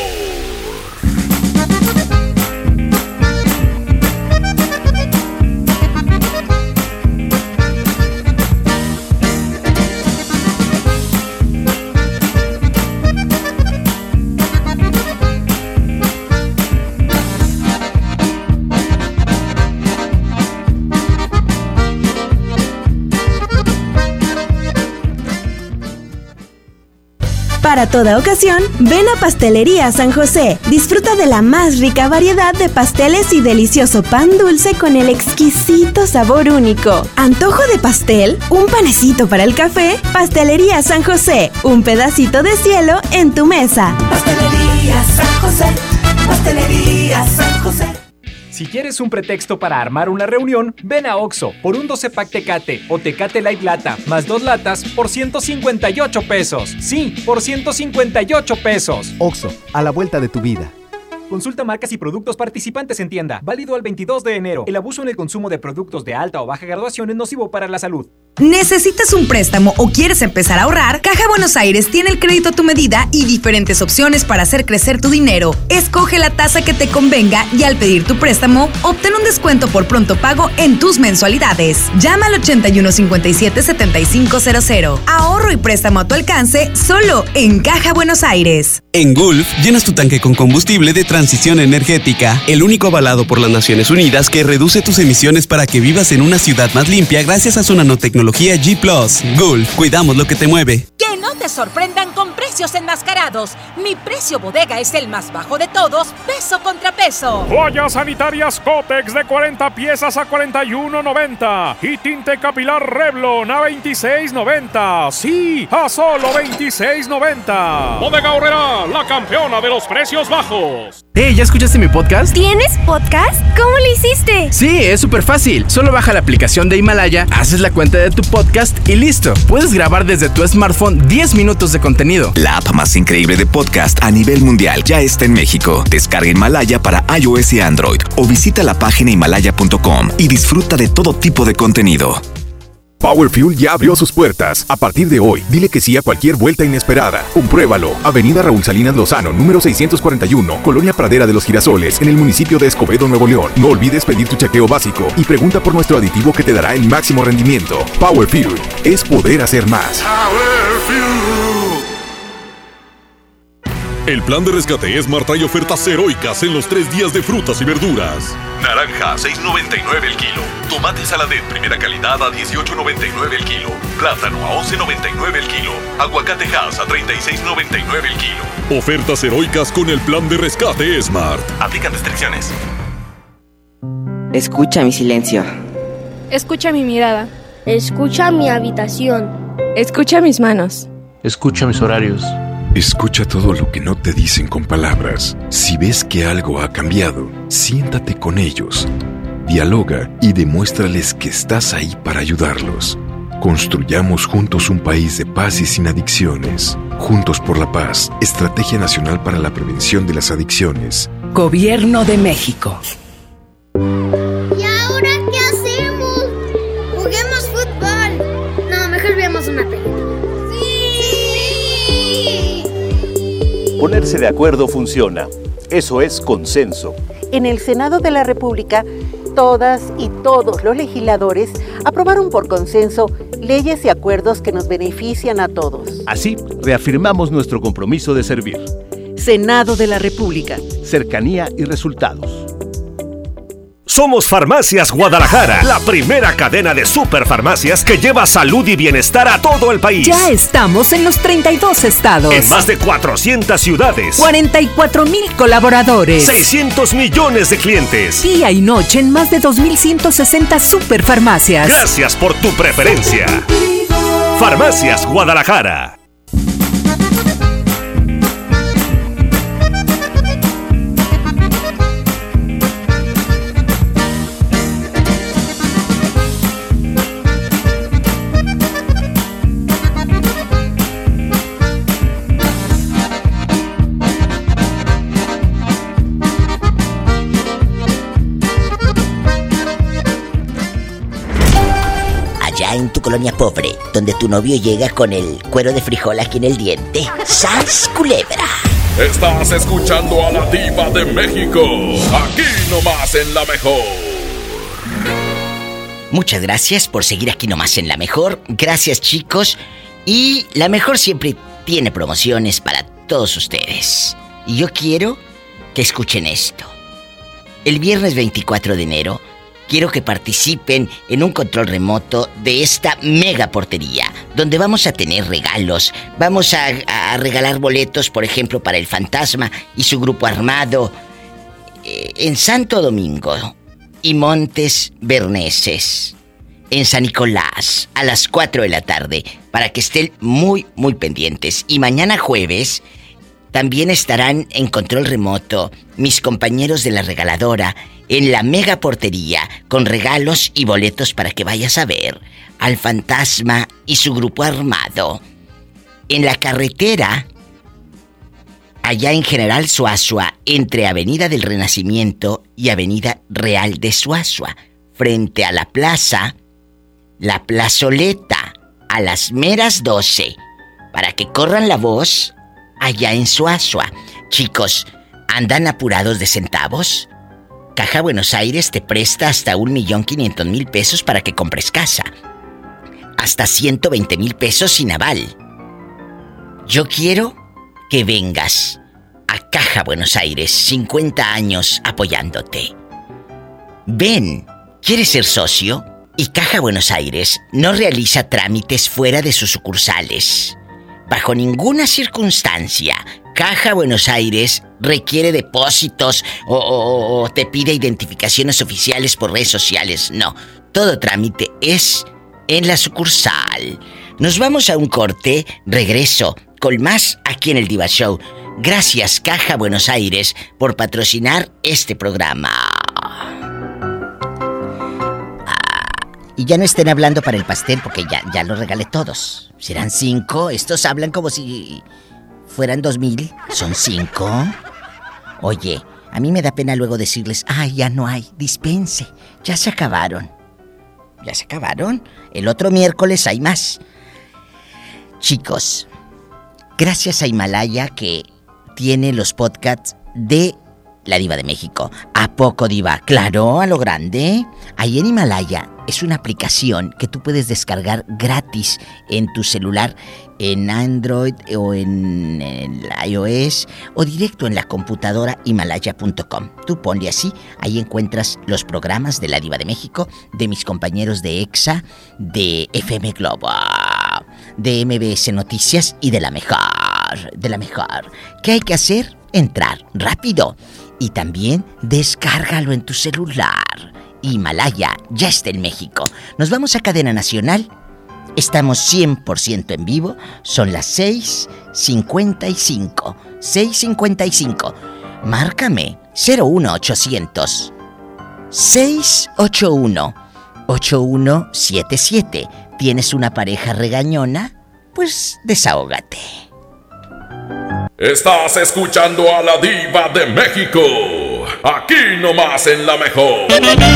Para toda ocasión, ven a Pastelería San José. Disfruta de la más rica variedad de pasteles y delicioso pan dulce con el exquisito sabor único. ¿Antojo de pastel? ¿Un panecito para el café? Pastelería San José. Un pedacito de cielo en tu mesa. Pastelería San José. Pastelería San José. Si quieres un pretexto para armar una reunión, ven a Oxxo por un doce pack Tecate o Tecate Light Lata más dos latas por ciento cincuenta y ocho pesos. Sí, por ciento cincuenta y ocho pesos. Oxxo, a la vuelta de tu vida. Consulta marcas y productos participantes en tienda. Válido al veintidós de enero. El abuso en el consumo de productos de alta o baja graduación es nocivo para la salud. ¿Necesitas un préstamo o quieres empezar a ahorrar? Caja Buenos Aires tiene el crédito a tu medida y diferentes opciones para hacer crecer tu dinero. Escoge la tasa que te convenga y al pedir tu préstamo, obtén un descuento por pronto pago en tus mensualidades. Llama al ochenta y uno cincuenta y siete setenta y cinco cero cero. Ahorro y préstamo a tu alcance solo en Caja Buenos Aires. En Gulf, llenas tu tanque con combustible de transición energética, el único avalado por las Naciones Unidas que reduce tus emisiones para que vivas en una ciudad más limpia gracias a su nanotecnología G plus. Gulf, cuidamos lo que te mueve. Que no te sorprendan con precios enmascarados. Mi precio bodega es el más bajo de todos, peso contra peso. Toallas sanitarias Kotex de cuarenta piezas a cuarenta y uno noventa. Y tinte capilar Revlon a veintiséis noventa. Sí, a solo veintiséis noventa. Bodega Aurrerá, la campeona de los precios bajos. Hey, ¿ya escuchaste mi podcast? ¿Tienes podcast? ¿Cómo lo hiciste? Sí, es súper fácil. Solo baja la aplicación de Himalaya, haces la cuenta de tu podcast y listo. Puedes grabar desde tu smartphone diez minutos de contenido. La app más increíble de podcast a nivel mundial ya está en México. Descarga Himalaya para iOS y Android o visita la página himalaya punto com y disfruta de todo tipo de contenido. Power Fuel ya abrió sus puertas. A partir de hoy, dile que sí a cualquier vuelta inesperada. Compruébalo. Avenida Raúl Salinas Lozano, número seiscientos cuarenta y uno, Colonia Pradera de los Girasoles, en el municipio de Escobedo, Nuevo León. No olvides pedir tu chequeo básico y pregunta por nuestro aditivo que te dará el máximo rendimiento. Power Fuel es poder hacer más. Power Fuel. El plan de rescate Smart trae ofertas heroicas en los tres días de frutas y verduras. Naranja a seis noventa y nueve el kilo. Tomate Saladet primera calidad a dieciocho noventa y nueve el kilo. Plátano a once noventa y nueve el kilo. Aguacate Hass a treinta y seis noventa y nueve el kilo. Ofertas heroicas con el plan de rescate Smart. Aplican restricciones. Escucha mi silencio. Escucha mi mirada. Escucha mi habitación. Escucha mis manos. Escucha mis horarios. Escucha todo lo que no te dicen con palabras. Si ves que algo ha cambiado, siéntate con ellos. Dialoga y demuéstrales que estás ahí para ayudarlos. Construyamos juntos un país de paz y sin adicciones. Juntos por la paz. Estrategia Nacional para la Prevención de las Adicciones. Gobierno de México. ¿Y ahora qué hacemos? Juguemos fútbol. No, mejor veamos una película. Ponerse de acuerdo funciona. Eso es consenso. En el Senado de la República, todas y todos los legisladores aprobaron por consenso leyes y acuerdos que nos benefician a todos. Así, reafirmamos nuestro compromiso de servir. Senado de la República. Cercanía y resultados. Somos Farmacias Guadalajara, la primera cadena de superfarmacias que lleva salud y bienestar a todo el país. Ya estamos en los treinta y dos estados. En más de cuatrocientas ciudades. cuarenta y cuatro mil colaboradores. seiscientos millones de clientes. Día y noche en más de dos mil ciento sesenta superfarmacias. Gracias por tu preferencia. Farmacias Guadalajara. En tu colonia pobre, donde tu novio llega con el cuero de frijol aquí en el diente. ¡Sas, culebra! Estás escuchando a la Diva de México, aquí nomás en La Mejor. Muchas gracias por seguir aquí nomás en La Mejor. Gracias, chicos. Y La Mejor siempre tiene promociones para todos ustedes. Y yo quiero que escuchen esto. El viernes veinticuatro de enero quiero que participen en un control remoto de esta mega portería, donde vamos a tener regalos. Vamos a, a regalar boletos, por ejemplo, para el Fantasma y su grupo armado eh, en Santo Domingo y Montes Berneses, en San Nicolás, a las cuatro de la tarde, para que estén muy, muy pendientes. Y mañana jueves, también estarán en control remoto mis compañeros de la regaladora en la mega portería con regalos y boletos para que vayas a ver al fantasma y su grupo armado. En la carretera, allá en General Suazua, entre Avenida del Renacimiento y Avenida Real de Suazua, frente a la plaza, la plazoleta, a las meras doce, para que corran la voz allá en Suazua. Chicos, ¿andan apurados de centavos? Caja Buenos Aires te presta hasta un millón quinientos mil pesos para que compres casa. Hasta ciento veinte mil pesos sin aval. Yo quiero que vengas a Caja Buenos Aires, cincuenta años apoyándote. Ven, ¿quieres ser socio? Y Caja Buenos Aires no realiza trámites fuera de sus sucursales. Bajo ninguna circunstancia, Caja Buenos Aires requiere depósitos o, o, o te pide identificaciones oficiales por redes sociales. No, todo trámite es en la sucursal. Nos vamos a un corte, regreso con más aquí en el Diva Show. Gracias, Caja Buenos Aires, por patrocinar este programa. Y ya no estén hablando para el pastel porque ya, ya lo regalé todos. Serán cinco. Estos hablan como si fueran dos mil. Son cinco. Oye, a mí me da pena luego decirles, ay, ya no hay, dispense. Ya se acabaron. Ya se acabaron. El otro miércoles hay más. Chicos, gracias a Himalaya que tiene los podcasts de La Diva de México. ¿A poco, Diva? Claro, a lo grande. Ahí en Himalaya es una aplicación que tú puedes descargar gratis en tu celular, en Android o en el iOS o directo en la computadora himalaya punto com. Tú ponle así, ahí encuentras los programas de La Diva de México, de mis compañeros de EXA, de F M Globo, de M B S Noticias y de la mejor, de la mejor. ¿Qué hay que hacer? Entrar rápido y también descárgalo en tu celular. Himalaya ya está en México. Nos vamos a Cadena Nacional. Estamos cien por ciento en vivo. Son las seis cincuenta y cinco. seis cincuenta y cinco. Márcame cero uno ochocientos seiscientos ochenta y uno ochenta y uno setenta y siete. ¿Tienes una pareja regañona? Pues desahógate. Estás escuchando a la Diva de México, aquí nomás en La Mejor.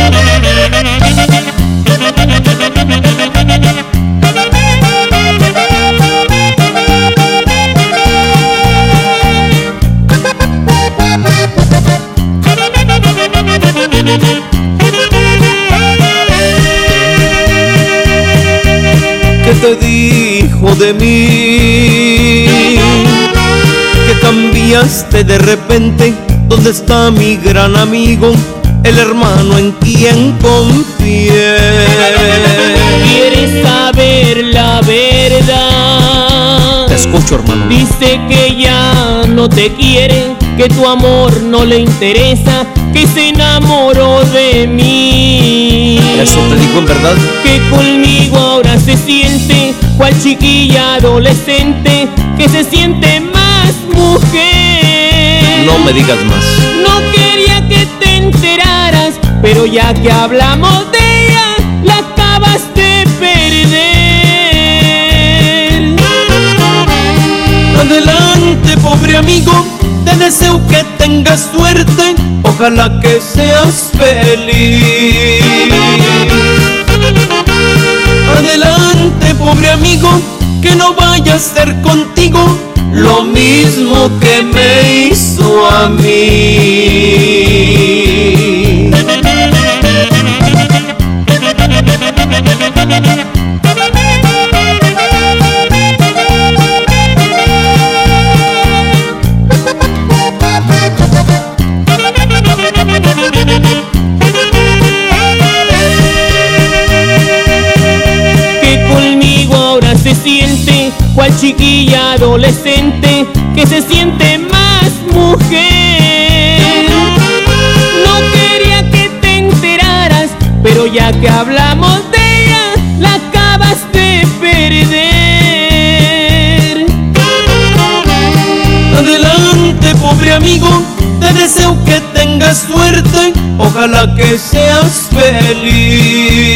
¿Qué te dijo de mí? Que cambiaste de repente. ¿Dónde está mi gran amigo? El hermano en quien confié. ¿Quieres saber la verdad? Te escucho, hermano. Dice que ya no te quiere, que tu amor no le interesa, que se enamoró de mí. ¿Eso te dijo en verdad? Que conmigo ahora se siente cual chiquilla adolescente, que se siente más mujer. No me digas más. No quería que te enteraras, pero ya que hablamos de ella, la acabas de perder. Adelante, pobre amigo, te deseo que tengas suerte, ojalá que seas feliz. Adelante, pobre amigo, que no vaya a ser contigo lo mismo que me hizo a mí. Que conmigo ahora se siente cual chiquilla adolescente, que se siente más mujer. No quería que te enteraras, pero ya que hablamos de ella, la acabas de perder. Adelante, pobre amigo, te deseo que tengas suerte, ojalá que seas feliz.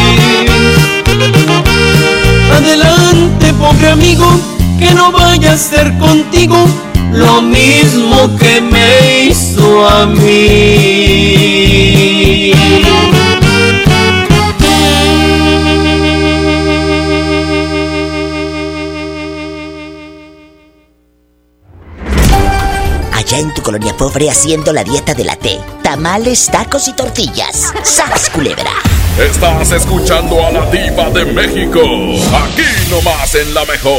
Adelante, pobre amigo, que no vaya a ser contigo lo mismo que me hizo a mí. Allá en tu colonia pobre haciendo la dieta de la T. Tamales, tacos y tortillas. ¡Sas, culebra! Estás escuchando a la Diva de México. Aquí nomás en La Mejor.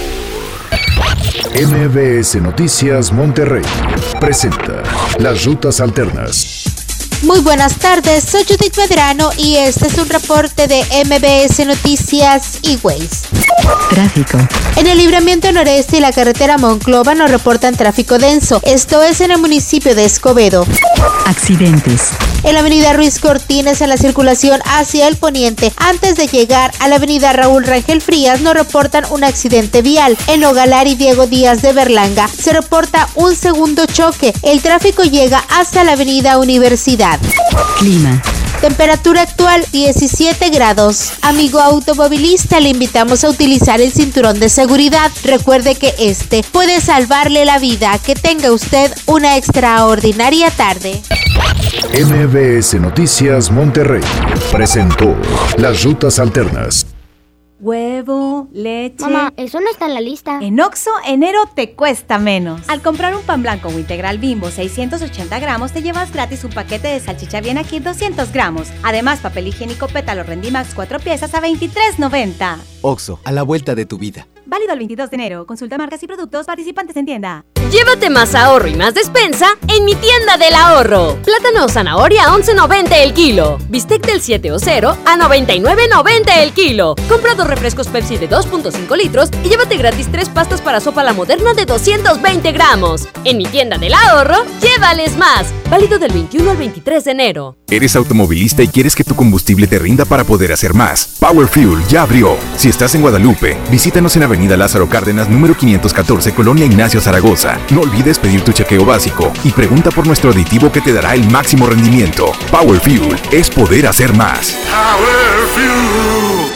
M B S Noticias Monterrey presenta Las Rutas Alternas. Muy buenas tardes, soy Judith Medrano y este es un reporte de M B S Noticias y Waze. Tráfico. En el libramiento noreste y la carretera Monclova nos reportan tráfico denso, esto es en el municipio de Escobedo. Accidentes. En la avenida Ruiz Cortines, en la circulación hacia el poniente, antes de llegar a la avenida Raúl Rangel Frías, nos reportan un accidente vial. En Nogalar y Diego Díaz de Berlanga se reporta un segundo choque. El tráfico llega hasta la avenida Universidad. Clima. Temperatura actual diecisiete grados. Amigo automovilista, le invitamos a utilizar el cinturón de seguridad. Recuerde que este puede salvarle la vida. Que tenga usted una extraordinaria tarde. M B S Noticias Monterrey presentó Las Rutas Alternas. Huevo, leche... Mamá, eso no está en la lista. En Oxxo, enero te cuesta menos. Al comprar un pan blanco o integral Bimbo seiscientos ochenta gramos, te llevas gratis un paquete de salchicha Bien Aquí doscientos gramos. Además, papel higiénico Pétalo Rendimax cuatro piezas a veintitrés noventa. Oxxo, a la vuelta de tu vida. Válido el veintidós de enero. Consulta marcas y productos participantes en tienda. Llévate más ahorro y más despensa en mi tienda del ahorro. Plátano o zanahoria a once noventa el kilo. Bistec del siete o cero a noventa y nueve noventa el kilo. Compra dos refrescos Pepsi de dos punto cinco litros y llévate gratis tres pastas para sopa La Moderna de doscientos veinte gramos. En mi tienda del ahorro, llévales más. Válido del veintiuno al veintitrés de enero. ¿Eres automovilista y quieres que tu combustible te rinda para poder hacer más? Power Fuel ya abrió. Si estás en Guadalupe, visítanos en Avenida Lázaro Cárdenas, número quinientos catorce, Colonia Ignacio Zaragoza. No olvides pedir tu chequeo básico y pregunta por nuestro aditivo que te dará el máximo rendimiento. Power Fuel es poder hacer más. Power Fuel.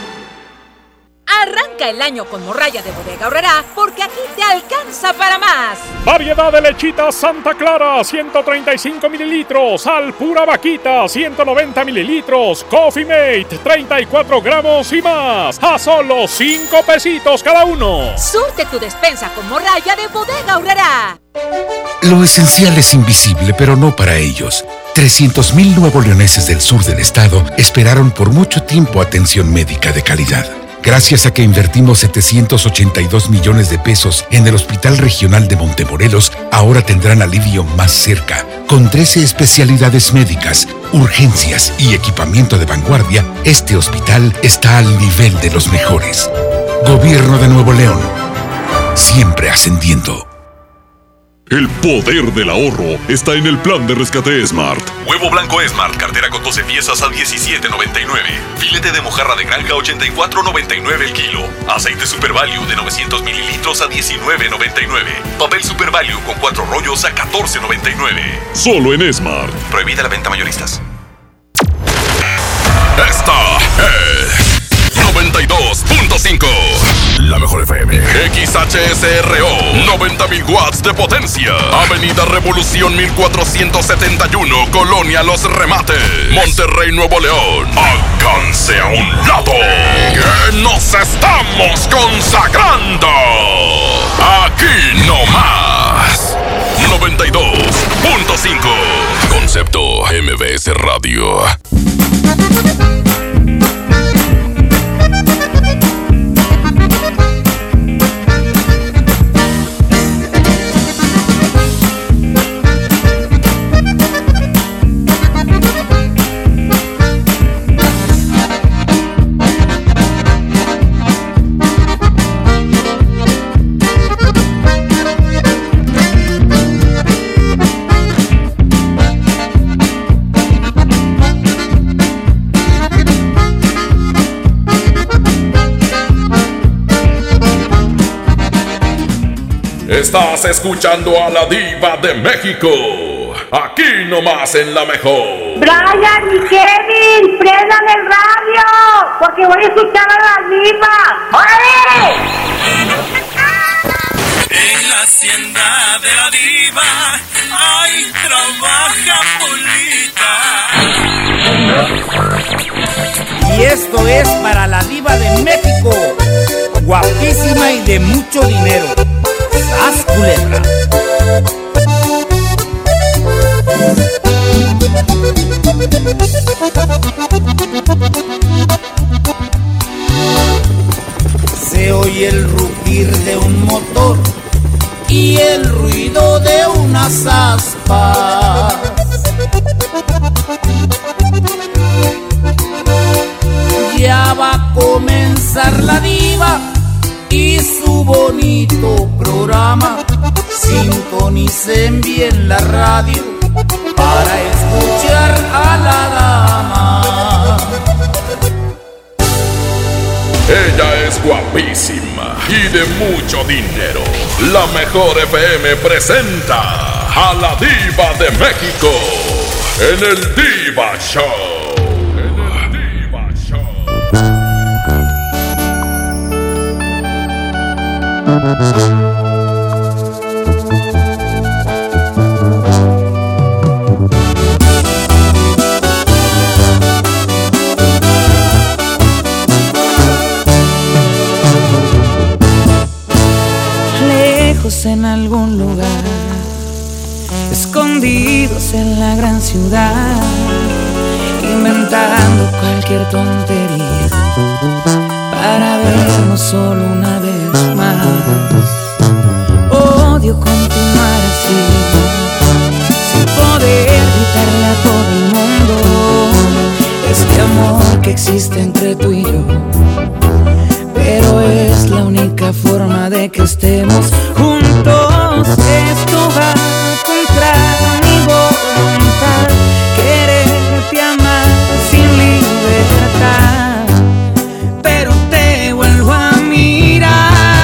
Arranca el año con morralla de Bodega Aurrerá, porque aquí te alcanza para más. Variedad de lechita Santa Clara, ciento treinta y cinco mililitros. Al Pura Vaquita, ciento noventa mililitros. Coffee Mate, treinta y cuatro gramos y más. A solo cinco pesitos cada uno. Surte tu despensa con morralla de Bodega Aurrerá. Lo esencial es invisible, pero no para ellos. trescientos mil nuevoleoneses del sur del estado esperaron por mucho tiempo atención médica de calidad. Gracias a que invertimos setecientos ochenta y dos millones de pesos en el Hospital Regional de Montemorelos, ahora tendrán alivio más cerca. Con trece especialidades médicas, urgencias y equipamiento de vanguardia, este hospital está al nivel de los mejores. Gobierno de Nuevo León, siempre ascendiendo. El poder del ahorro está en el plan de rescate Smart. Huevo blanco Smart, cartera con doce piezas a diecisiete noventa y nueve. Filete de mojarra de granja ochenta y cuatro noventa y nueve el kilo. Aceite Super Value de novecientos mililitros a diecinueve noventa y nueve. Papel Super Value con cuatro rollos a catorce noventa y nueve. Solo en Smart. Prohibida la venta mayoristas. Esta es noventa y dos punto cinco. La mejor F M. X H S R O. noventa mil watts de potencia. Avenida Revolución mil cuatrocientos setenta y uno. Colonia Los Remates. Monterrey, Nuevo León. Alcance a un lado. Que nos estamos consagrando. Aquí no más. noventa y dos punto cinco. Concepto M B S Radio. Estás escuchando a la Diva de México. Aquí nomás en La Mejor. Brian y Kevin, prendan el radio, porque voy a escuchar a la Diva. ¡Órale! En la hacienda de la Diva, ay, trabaja Polita. Y esto es para la Diva de México, guapísima y de mucho dinero. ¡Sas, culebra! Se oye el rugir de un motor y el ruido de unas aspas. Ya va a comenzar la Diva y su bonito programa. Sintonicen bien la radio para escuchar a la dama. Ella es guapísima y de mucho dinero. La Mejor F M presenta a la Diva de México en el Diva Show. Lejos en algún lugar, escondidos en la gran ciudad, inventando cualquier tontería para vernos solo una vez más. Odio continuar así, sin poder gritarle a todo el mundo este amor que existe entre tú y yo. Pero es la única forma de que estemos juntos. Esto va contra mi voluntad, quererte amar sin libertad. Pero te vuelvo a mirar,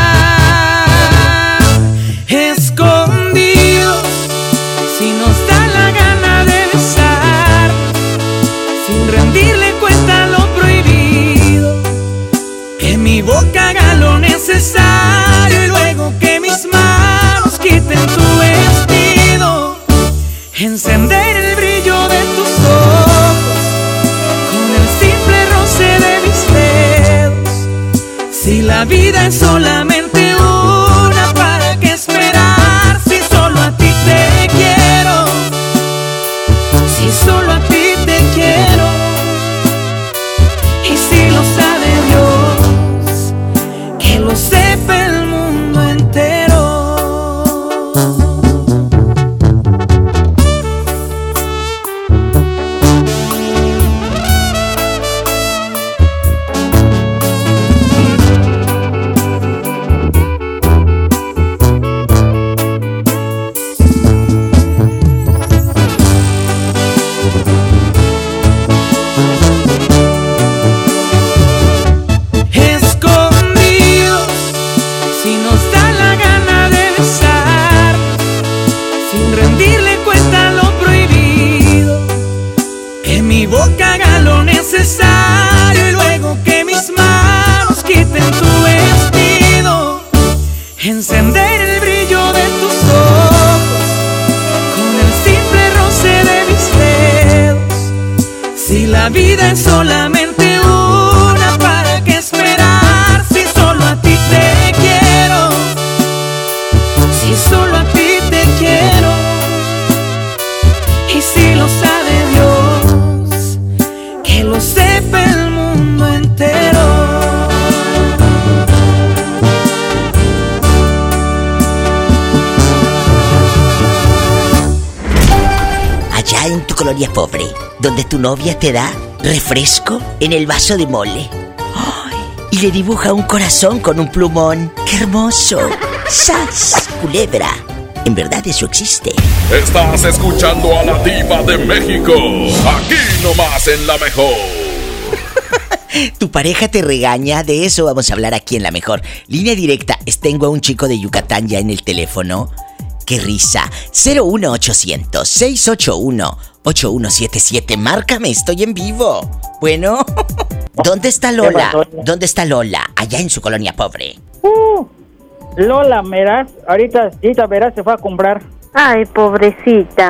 escondidos, si nos da la gana de besar, sin rendirle cuenta lo prohibido. Que mi boca haga lo necesario y luego que mis manos quiten tu vestido. Encender el brillo de tus ojos con el simple roce de mis dedos. Si la vida es solamente una, ¿para qué esperar? Si solo a ti te quiero, si solo a ti te quiero. Y si lo sabe Dios, que lo sepa el mundo entero. Escondidos, si nos da la gana de besar, sin rendirle cuenta lo prohibido. Que mi boca haga lo necesario y luego que mis manos quiten tu vestido. Encender el brillo de tus ojos con el simple roce de mis dedos. Si la vida es solamente una, ¿para qué esperar? Si solo a ti te quiero, si solo a ti te quiero. Y si lo sabe Dios, que lo sepa el mundo entero. Allá en tu colonia pobre, donde tu novia te da refresco en el vaso de mole. ¡Ay! Y le dibuja un corazón con un plumón. ¡Qué hermoso! ¡Sas! Culebra. En verdad eso existe. Estás escuchando a la Diva de México. Aquí nomás en La Mejor. ¿Tu pareja te regaña? De eso vamos a hablar aquí en La Mejor. Línea directa. Tengo a un chico de Yucatán ya en el teléfono. ¡Qué risa! cero uno ochocientos, seiscientos ochenta y uno, ochenta y uno setenta y siete. Márcame, estoy en vivo. Bueno, ¿dónde está Lola? ¿Dónde está Lola? Allá en su colonia pobre. Uh, Lola, verás, ahorita, ahorita verás, se fue a comprar. Ay, pobrecita.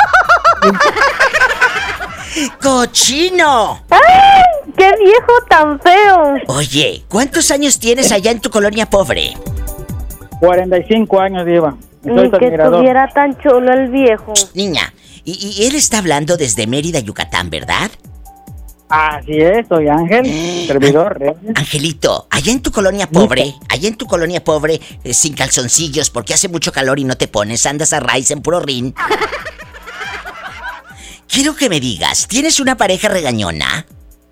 ¡Cochino! ¡Ay, qué viejo tan feo! Oye, ¿cuántos años tienes allá en tu colonia pobre? cuarenta y cinco años, Diva. Ni que estuviera tan chulo el viejo. Niña, y, y él está hablando desde Mérida, Yucatán, ¿verdad? Así es, soy Ángel, servidor. ¿eh? Angelito, allá en tu colonia pobre, allá en tu colonia pobre, eh, sin calzoncillos, porque hace mucho calor y no te pones, andas a raíz en puro rin. Quiero que me digas, ¿tienes una pareja regañona?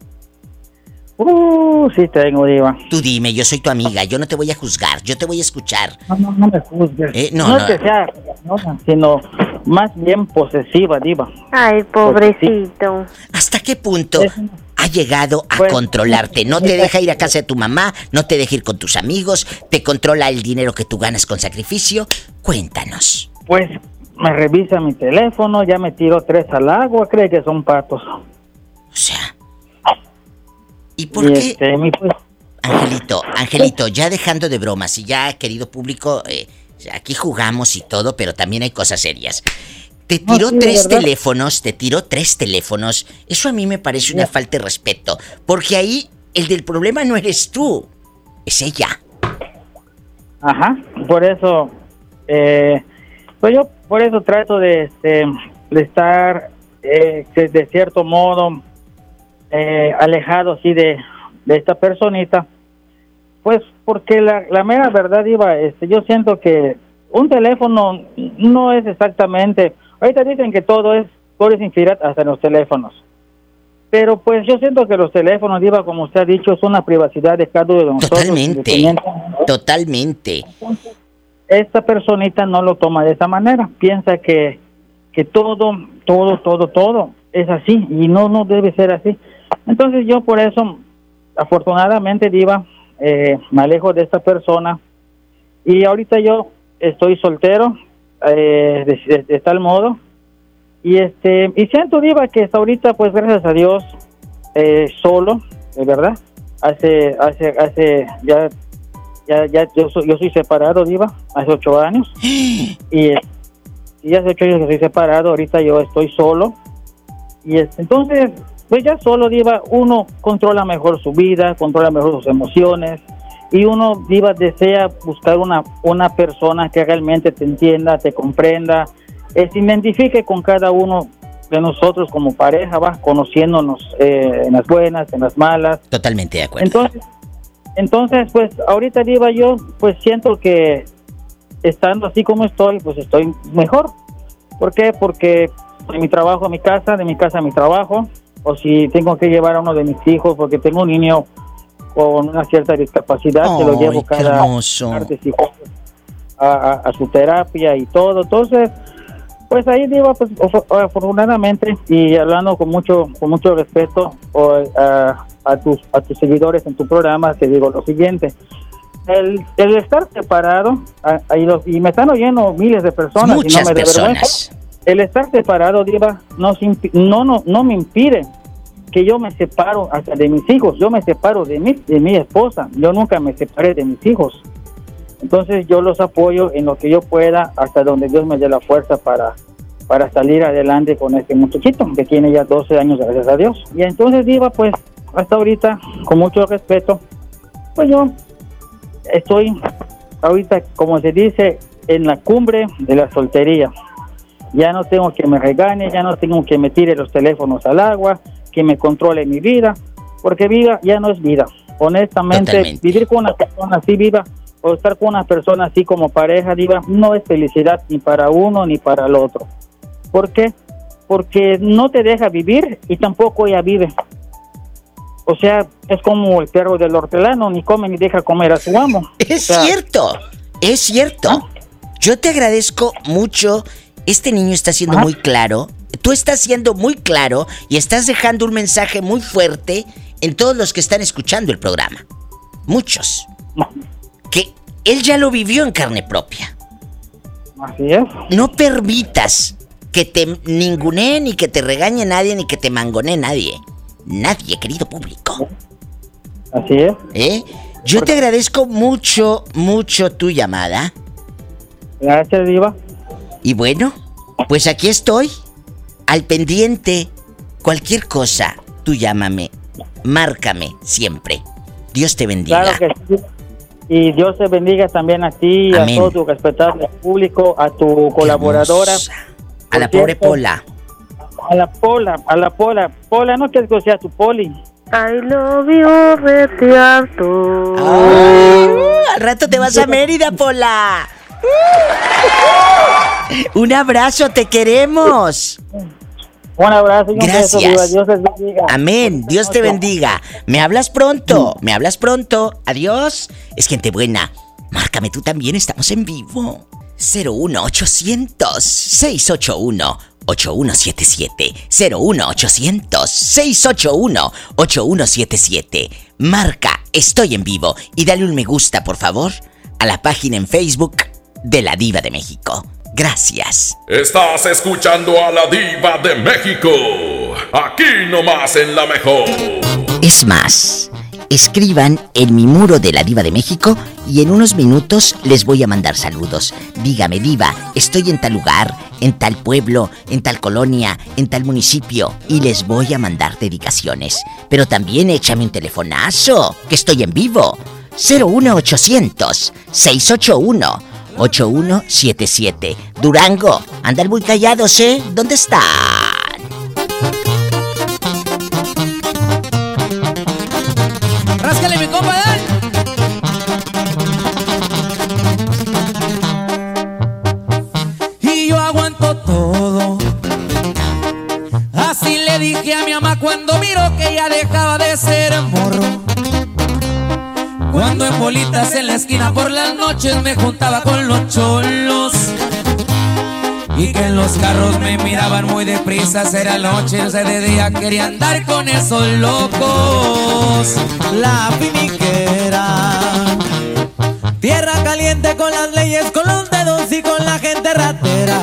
Uh, sí tengo, Diva. Tú dime, yo soy tu amiga, yo no te voy a juzgar, yo te voy a escuchar. No, no, no me juzgues. Eh, no, no, no. no que sea regañona, sino más bien posesiva, Diva. Ay, pobrecito. ¿Hasta qué punto ha llegado a pues, controlarte? No te deja ir a casa de tu mamá, no te deja ir con tus amigos, te controla el dinero que tú ganas con sacrificio. Cuéntanos. Pues me revisa mi teléfono, ya me tiró tres al agua, cree que son patos. O sea... ¿Y por y qué? Este, mi pues... Angelito, Angelito, ya dejando de bromas y ya, querido público, eh, aquí jugamos y todo, pero también hay cosas serias. Te tiró no, sí, tres teléfonos, te tiró tres teléfonos. Eso a mí me parece una sí. falta de respeto, porque ahí el del problema no eres tú, es ella. Ajá, por eso, eh, pues yo por eso trato de, de, de estar eh, de, de cierto modo... Eh, alejado así de, de esta personita, pues porque la, la mera verdad, Iba, este, yo siento que un teléfono no es exactamente, ahorita dicen que todo es, todo es infidelidad hasta en los teléfonos, pero pues yo siento que los teléfonos, Iba, como usted ha dicho, es una privacidad de cada uno de nosotros. Totalmente, totalmente. Esta personita no lo toma de esa manera, piensa que, que todo, todo, todo, todo es así, y no, no debe ser así. Entonces yo por eso, afortunadamente, Diva, eh, me alejo de esta persona y ahorita yo estoy soltero eh, de, de, de tal modo y este y siento, Diva, que hasta ahorita, pues gracias a Dios, eh, solo, de verdad, hace hace hace ya ya ya yo soy yo soy separado, Diva, hace ocho años y, y hace ocho años que soy separado, ahorita yo estoy solo y este, entonces pues ya solo, Diva, uno controla mejor su vida, controla mejor sus emociones y uno, Diva, desea buscar una, una persona que realmente te entienda, te comprenda, eh, se identifique con cada uno de nosotros como pareja, va conociéndonos eh, en las buenas, en las malas. Totalmente de acuerdo. Entonces, entonces pues ahorita, Diva, yo pues siento que estando así como estoy, pues estoy mejor. ¿Por qué? Porque de mi trabajo a mi casa, de mi casa a mi trabajo, o si tengo que llevar a uno de mis hijos porque tengo un niño con una cierta discapacidad, oh, que lo llevo cada martes y jueves a, a, a su terapia y todo. Entonces, pues ahí digo, pues afortunadamente, y hablando con mucho con mucho respeto o, a, a tus a tus seguidores en tu programa, te digo lo siguiente: el, el estar separado, a, a, y, los, y me están oyendo miles de personas, muchas y no me personas. El estar separado, Diva, no, no, no, no me impide que yo me separo hasta de mis hijos. Yo me separo de mi, de mi esposa. Yo nunca me separé de mis hijos. Entonces yo los apoyo en lo que yo pueda hasta donde Dios me dé la fuerza para, para salir adelante con este muchachito que tiene ya doce años, gracias a Dios. Y entonces, Diva, pues hasta ahorita, con mucho respeto, pues yo estoy ahorita, como se dice, en la cumbre de la soltería. Ya no tengo que me regañe, ya no tengo que me tire los teléfonos al agua, que me controle mi vida, porque vida ya no es vida. Honestamente, totalmente. Vivir con una persona así viva o estar con una persona así como pareja, Diva, no es felicidad ni para uno ni para el otro. ¿Por qué? Porque no te deja vivir y tampoco ella vive. O sea, es como el perro del hortelano, ni come ni deja comer a su amo. Es o sea, cierto, es cierto. ¿Ah? Yo te agradezco mucho. Este niño está siendo muy claro, tú estás siendo muy claro y estás dejando un mensaje muy fuerte en todos los que están escuchando el programa. Muchos. Que él ya lo vivió en carne propia. Así es. No permitas que te ningunee, ni que te regañe nadie, ni que te mangonee nadie. Nadie, querido público. Así es. ¿Eh? Yo te agradezco mucho, mucho tu llamada. Gracias, Diva. Y bueno, pues aquí estoy, al pendiente. Cualquier cosa, tú llámame, márcame siempre. Dios te bendiga. Claro que sí. Y Dios te bendiga también a ti, Amén. A todo tu respetable público, a tu colaboradora. A la pobre Pola. A la Pola, a la Pola. Pola, ¿no quieres que sea tu Poli? I love you, Retiarto. Al rato te vas a Mérida, Pola. Un abrazo, te queremos. Un abrazo y un Gracias. beso, Diva. Dios les bendiga. Amén, Dios te bendiga. Me hablas pronto, me hablas pronto. Adiós. Es gente buena. Márcame tú también, estamos en vivo. cero uno ochocientos, seiscientos ochenta y uno, ochenta y uno setenta y siete. cero uno ochocientos, seiscientos ochenta y uno, ochenta y uno setenta y siete. Marca, estoy en vivo. Y dale un me gusta, por favor, a la página en Facebook de La Diva de México. Gracias. Estás escuchando a La Diva de México. Aquí nomás en La Mejor. Es más, escriban en mi muro de La Diva de México y en unos minutos les voy a mandar saludos. Dígame, Diva, estoy en tal lugar, en tal pueblo, en tal colonia, en tal municipio, y les voy a mandar dedicaciones. Pero también échame un telefonazo, que estoy en vivo. cero uno ochocientos, seiscientos ochenta y uno, ochenta y uno setenta y siete. Durango, andan muy callados, ¿eh? ¿Dónde están? Ráscale, mi compa, dale. Y yo aguanto todo. Así le dije a mi mamá cuando miró que ya dejaba de ser morro. Cuando en bolitas en la esquina por las noches me juntaba con los cholos. Y que en los carros me miraban muy deprisa, era noche, o sea, de día quería andar con esos locos. La piniquera, tierra caliente con las leyes, con los dedos y con la gente ratera.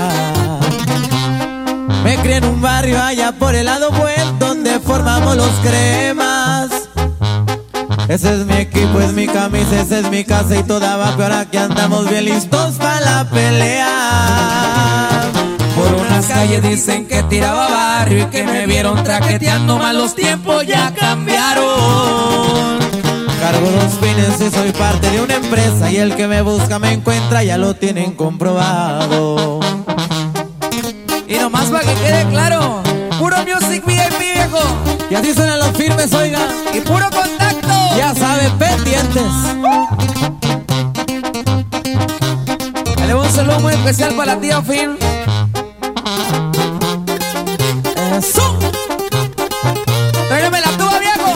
Me crié en un barrio allá por el lado buen, donde formamos los cremas. Ese es mi equipo, es mi camisa, esa es mi casa y toda abajo. Ahora que andamos bien listos para la pelea. Por unas calles dicen que tiraba barrio y que me vieron traqueteando, mal los tiempos ya cambiaron. Cargo dos fines y soy parte de una empresa, y el que me busca me encuentra, ya lo tienen comprobado. Y nomás para que quede claro, puro Music V I P, viejo. Y así suenan los firmes, oiga. Y puro contacto. Ya sabe, pendientes. Le voy a un saludo muy especial para la tía Film. Eso. Tráigame la tuba, viejo.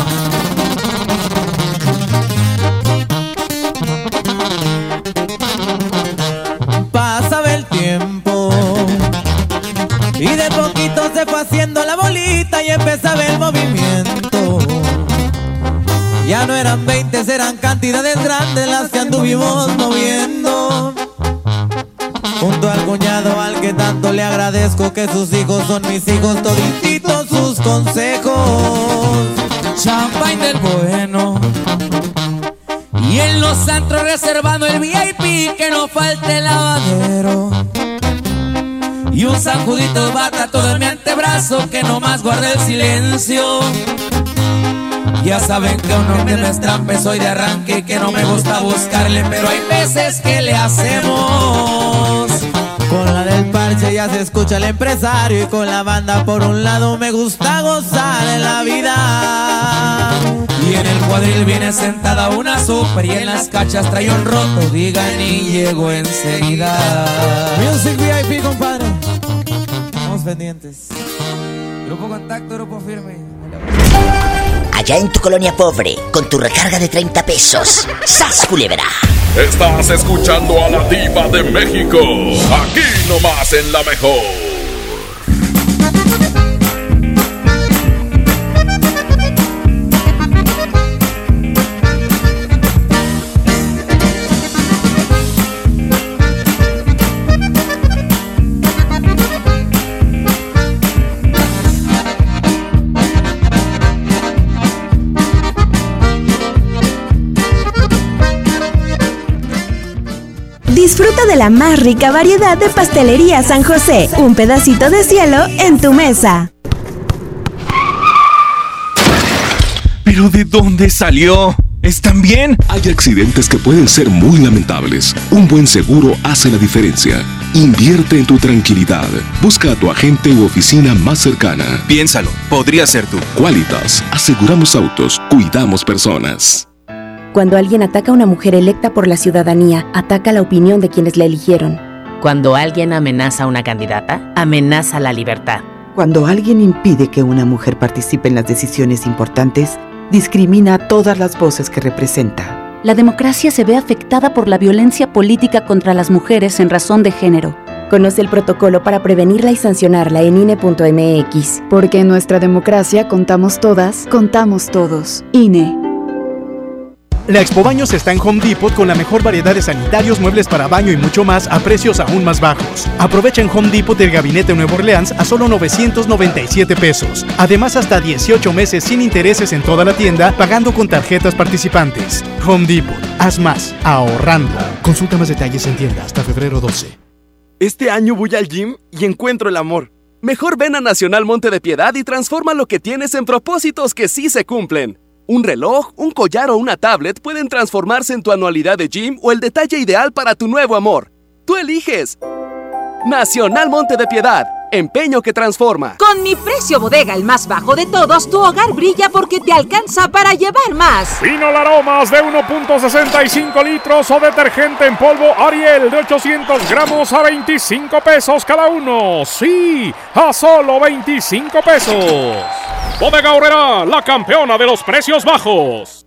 Pasaba el tiempo y de poquito se fue haciendo la bolita y empezaba el movimiento. Ya no eran veinte, eran cantidades grandes las que anduvimos moviendo. Junto al cuñado al que tanto le agradezco, que sus hijos son mis hijos, todititos sus consejos. Champagne del bueno, y en los antros reservando el V I P, que no falte el lavadero. Y un sanjudito bata todo en mi antebrazo, que nomás guarda el silencio. Ya saben que uno que no es trampe, soy de arranque y que no me gusta buscarle, pero hay veces que le hacemos. Con la del parche ya se escucha el empresario, y con la banda por un lado me gusta gozar en la vida. Y en el cuadril viene sentada una super, y en las cachas trae un roto, digan y llego enseguida. Music V I P, compadre. Estamos pendientes. Grupo Contacto, Grupo Firme. Allá en tu colonia pobre, con tu recarga de treinta pesos. ¡Sas, culebra! Estás escuchando a La Diva de México. Aquí nomás en La Mejor. Disfruta de la más rica variedad de Pastelería San José. Un pedacito de cielo en tu mesa. ¿Pero de dónde salió? ¿Están bien? Hay accidentes que pueden ser muy lamentables. Un buen seguro hace la diferencia. Invierte en tu tranquilidad. Busca a tu agente u oficina más cercana. Piénsalo, podría ser tú. Qualitas, aseguramos autos, cuidamos personas. Cuando alguien ataca a una mujer electa por la ciudadanía, ataca la opinión de quienes la eligieron. Cuando alguien amenaza a una candidata, amenaza la libertad. Cuando alguien impide que una mujer participe en las decisiones importantes, discrimina a todas las voces que representa. La democracia se ve afectada por la violencia política contra las mujeres en razón de género. Conoce el protocolo para prevenirla y sancionarla en I N E punto M X. Porque en nuestra democracia contamos todas, contamos todos. I N E. La Expo Baños está en Home Depot con la mejor variedad de sanitarios, muebles para baño y mucho más a precios aún más bajos. Aprovecha en Home Depot el Gabinete Nueva Orleans a solo novecientos noventa y siete pesos. Además, hasta dieciocho meses sin intereses en toda la tienda, pagando con tarjetas participantes. Home Depot, haz más, ahorrando. Consulta más detalles en tienda hasta febrero doce. Este año voy al gym y encuentro el amor. Mejor ven a Nacional Monte de Piedad y transforma lo que tienes en propósitos que sí se cumplen. Un reloj, un collar o una tablet pueden transformarse en tu anualidad de gym o el detalle ideal para tu nuevo amor. ¡Tú eliges! Nacional Monte de Piedad, empeño que transforma. Con mi precio bodega, el más bajo de todos, tu hogar brilla porque te alcanza para llevar más. Pinol Aromas de uno punto sesenta y cinco litros o detergente en polvo Ariel de ochocientos gramos a veinticinco pesos cada uno. Sí, a solo veinticinco pesos. Bodega Aurrerá, la campeona de los precios bajos.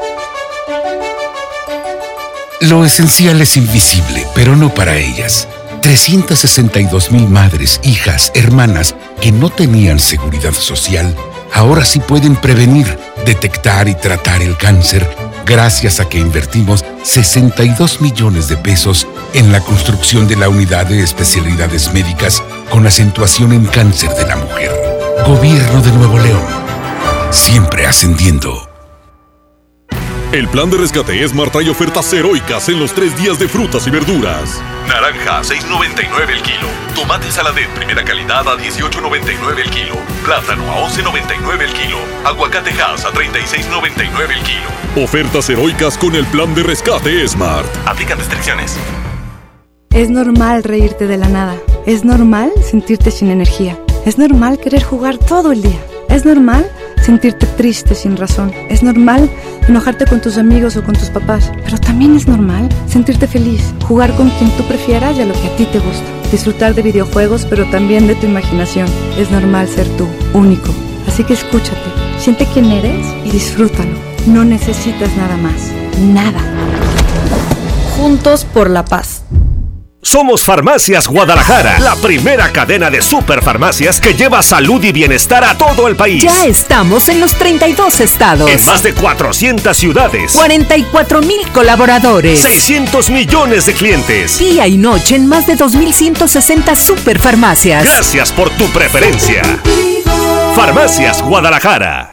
Lo esencial es invisible, pero no para ellas. trescientas sesenta y dos mil madres, hijas, hermanas que no tenían seguridad social, ahora sí pueden prevenir, detectar y tratar el cáncer gracias a que invertimos sesenta y dos millones de pesos en la construcción de la unidad de especialidades médicas con acentuación en cáncer de la mujer. Gobierno de Nuevo León. Siempre ascendiendo. El plan de rescate Smart trae ofertas heroicas en los tres días de frutas y verduras. Naranja a seis noventa y nueve el kilo. Tomate Saladet primera calidad a dieciocho noventa y nueve el kilo. Plátano a once noventa y nueve el kilo. Aguacate Hass a treinta y seis noventa y nueve el kilo. Ofertas heroicas con el plan de rescate Smart. Aplican restricciones. Es normal reírte de la nada. Es normal sentirte sin energía. Es normal querer jugar todo el día. Es normal sentirte triste sin razón. Es normal enojarte con tus amigos o con tus papás. Pero también es normal sentirte feliz, jugar con quien tú prefieras y a lo que a ti te gusta. Disfrutar de videojuegos, pero también de tu imaginación. Es normal ser tú, único. Así que escúchate, siente quién eres y disfrútalo. No necesitas nada más. Nada. Juntos por la paz. Somos Farmacias Guadalajara, la primera cadena de superfarmacias que lleva salud y bienestar a todo el país. Ya estamos en los treinta y dos estados. En más de cuatrocientas ciudades. cuarenta y cuatro mil colaboradores. seiscientos millones de clientes. Día y noche en más de dos mil ciento sesenta superfarmacias. Gracias por tu preferencia. Farmacias Guadalajara.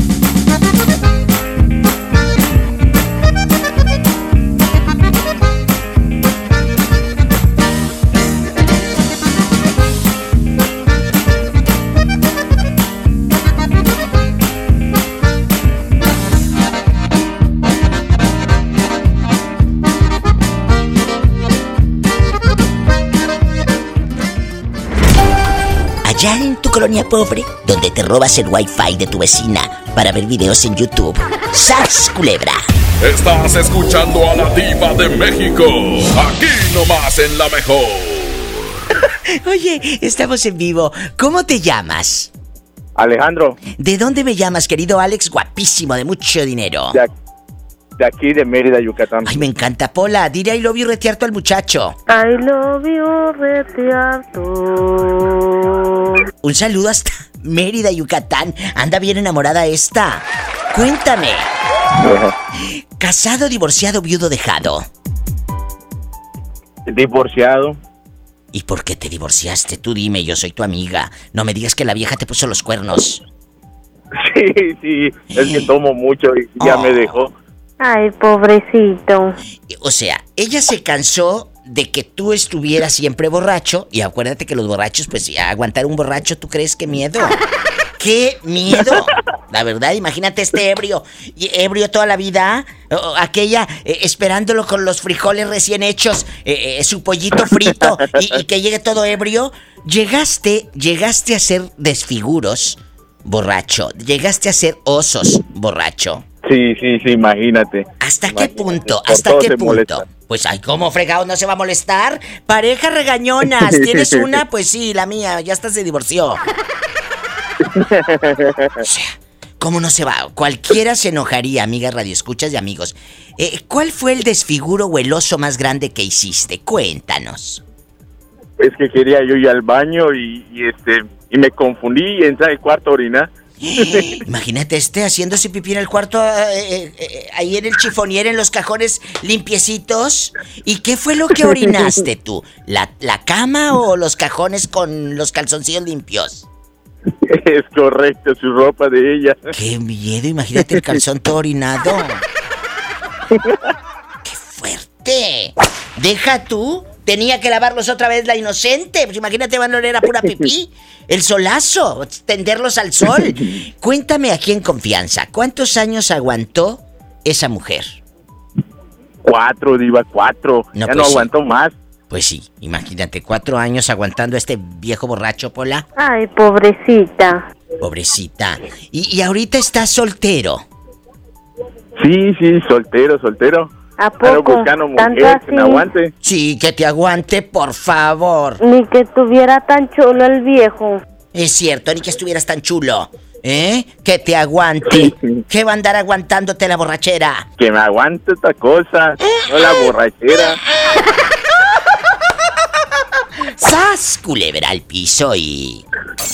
Allá en tu colonia pobre, donde te robas el wifi de tu vecina para ver videos en YouTube. ¡Sas, culebra! Estás escuchando a la Diva de México, aquí nomás en La Mejor. Oye, estamos en vivo. ¿Cómo te llamas? Alejandro. ¿De dónde me llamas, querido Alex? Guapísimo, de mucho dinero. De aquí. De aquí, de Mérida, Yucatán. Ay, me encanta, Pola. Dile I love you retearto al muchacho. I love you retearto. Un saludo hasta Mérida, Yucatán. Anda bien enamorada esta. Cuéntame. ¿Casado, divorciado, viudo, dejado? Divorciado. ¿Y por qué te divorciaste? Tú dime, yo soy tu amiga. No me digas que la vieja te puso los cuernos. Sí, sí. Es que tomo mucho y ya oh. me dejó. Ay, pobrecito. O sea, ella se cansó de que tú estuvieras siempre borracho. Y acuérdate que los borrachos, pues aguantar un borracho, ¿tú crees qué miedo? ¡Qué miedo! La verdad, imagínate este ebrio, y ebrio toda la vida, o aquella eh, esperándolo con los frijoles recién hechos, eh, eh, su pollito frito, y, y que llegue todo ebrio. Llegaste, llegaste a ser desfiguros, borracho. Llegaste a ser osos, borracho. Sí, sí, sí, imagínate. ¿Hasta imagínate. qué punto? ¿Hasta qué punto? Molesta. Pues, ay, ¿cómo fregado no se va a molestar? Pareja regañonas, ¿tienes una? Pues sí, la mía, ya hasta se divorció. O sea, ¿cómo no se va? Cualquiera se enojaría, amigas radioescuchas y amigos. Eh, ¿Cuál fue el desfiguro o el oso más grande que hiciste? Cuéntanos. Es que quería yo ir al baño y, y este y me confundí y entré al cuarto a orinar. Imagínate este haciéndose pipí en el cuarto, eh, eh, ahí en el chifonier, en los cajones limpiecitos. ¿Y qué fue lo que orinaste tú? ¿La, la cama o los cajones con los calzoncillos limpios? Es correcto, su ropa de ella. ¡Qué miedo! Imagínate el calzón todo orinado. ¡Qué fuerte! Deja tú. Tenía que lavarlos otra vez la inocente. Pues imagínate, van a oler a pura pipí. El solazo, tenderlos al sol. Cuéntame aquí en confianza, ¿cuántos años aguantó esa mujer? Cuatro, diva, cuatro. No, ya pues no aguantó sí. más. Pues sí, imagínate, cuatro años aguantando a este viejo borracho, Pola. Ay, pobrecita. Pobrecita. ¿Y, y ahorita estás soltero? Sí, sí, soltero, soltero. ¿A poco? Buscando mujer que me aguante. Sí, que te aguante, por favor. Ni que estuviera tan chulo el viejo. Es cierto, ni que estuvieras tan chulo. ¿Eh? Que te aguante. ¿Qué va a andar aguantándote la borrachera? Que me aguante esta cosa, no la borrachera. ¡Sas! Culebra al piso y...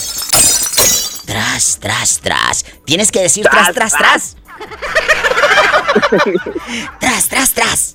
Tras, tras, tras. Tienes que decir tras, tras, tras. Tras, tras, tras.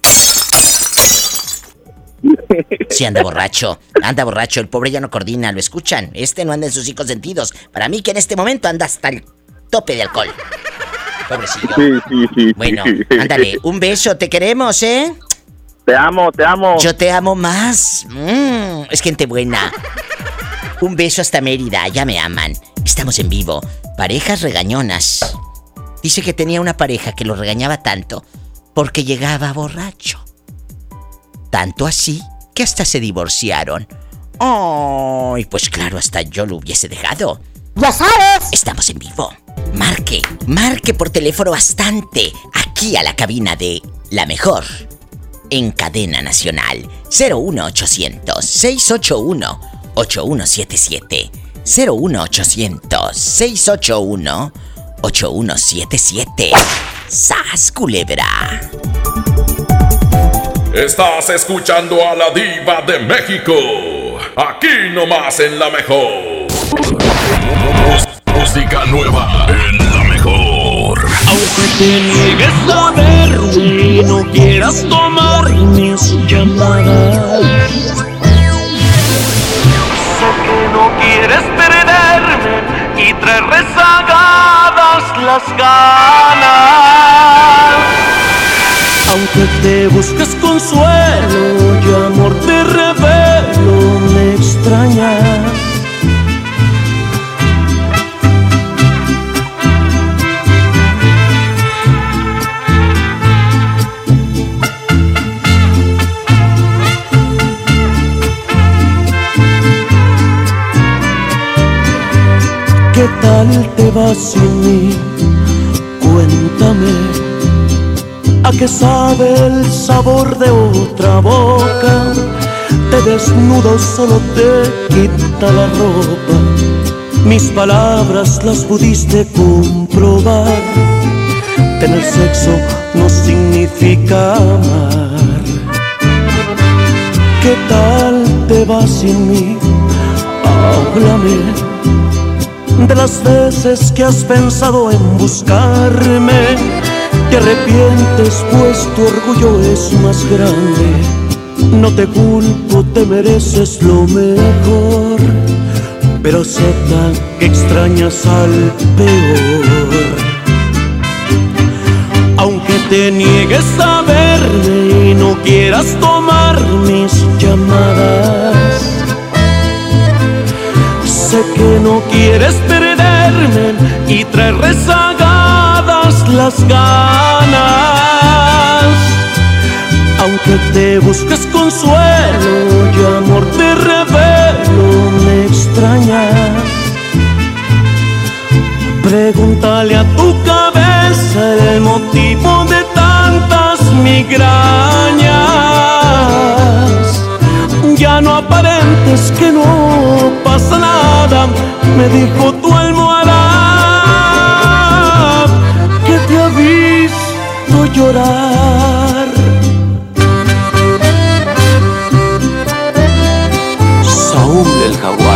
Sí, anda borracho. Anda borracho. El pobre ya no coordina. ¿Lo escuchan? Este no anda en sus cinco sentidos. Para mí que en este momento anda hasta el tope de alcohol. Pobrecillo. Sí, sí, sí. Bueno, ándale. Un beso. Te queremos, ¿eh? Te amo, te amo. Yo te amo más. Mm, es gente buena. Un beso hasta Mérida. Ya me aman. Estamos en vivo. Parejas regañonas. Dice que tenía una pareja que lo regañaba tanto porque llegaba borracho. Tanto así que hasta se divorciaron. ¡Oh! Y pues claro, hasta yo lo hubiese dejado. ¡Ya sabes! Estamos en vivo. Marque, marque por teléfono bastante. Aquí a la cabina de La Mejor. En cadena nacional. cero uno ochocientos, seiscientos ochenta y uno, ochenta y uno setenta y siete. cero uno ochocientos, seiscientos ochenta y uno, ochenta y uno setenta y siete. ¡Sas, culebra! Estás escuchando a la Diva de México. Aquí nomás en La Mejor. Música nueva en La Mejor. Aunque te niegues a verme y no quieras tomar mis llamadas, sé que no quieres perderme y traer rezagadas las ganas. Aunque te busques consuelo y amor te revelo, me extrañas. ¿Qué tal te vas sin mí? Cuéntame. ¿A qué sabe el sabor de otra boca? Te desnudo, solo te quita la ropa. Mis palabras las pudiste comprobar. Tener sexo no significa amar. ¿Qué tal te vas sin mí? Háblame de las veces que has pensado en buscarme. Te arrepientes pues tu orgullo es más grande. No te culpo, te mereces lo mejor, pero acepta que extrañas al peor. Aunque te niegues a verme y no quieras tomar mis llamadas. Sé que no quieres perderme y traer rezagadas las ganas. Aunque te busques consuelo y amor te revelo, me extrañas. Pregúntale a tu cabeza el motivo de tantas migrañas. Ya no aparentes que no pasa nada, me dijo tu almohada, que te ha visto llorar. Saúl el Jaguar.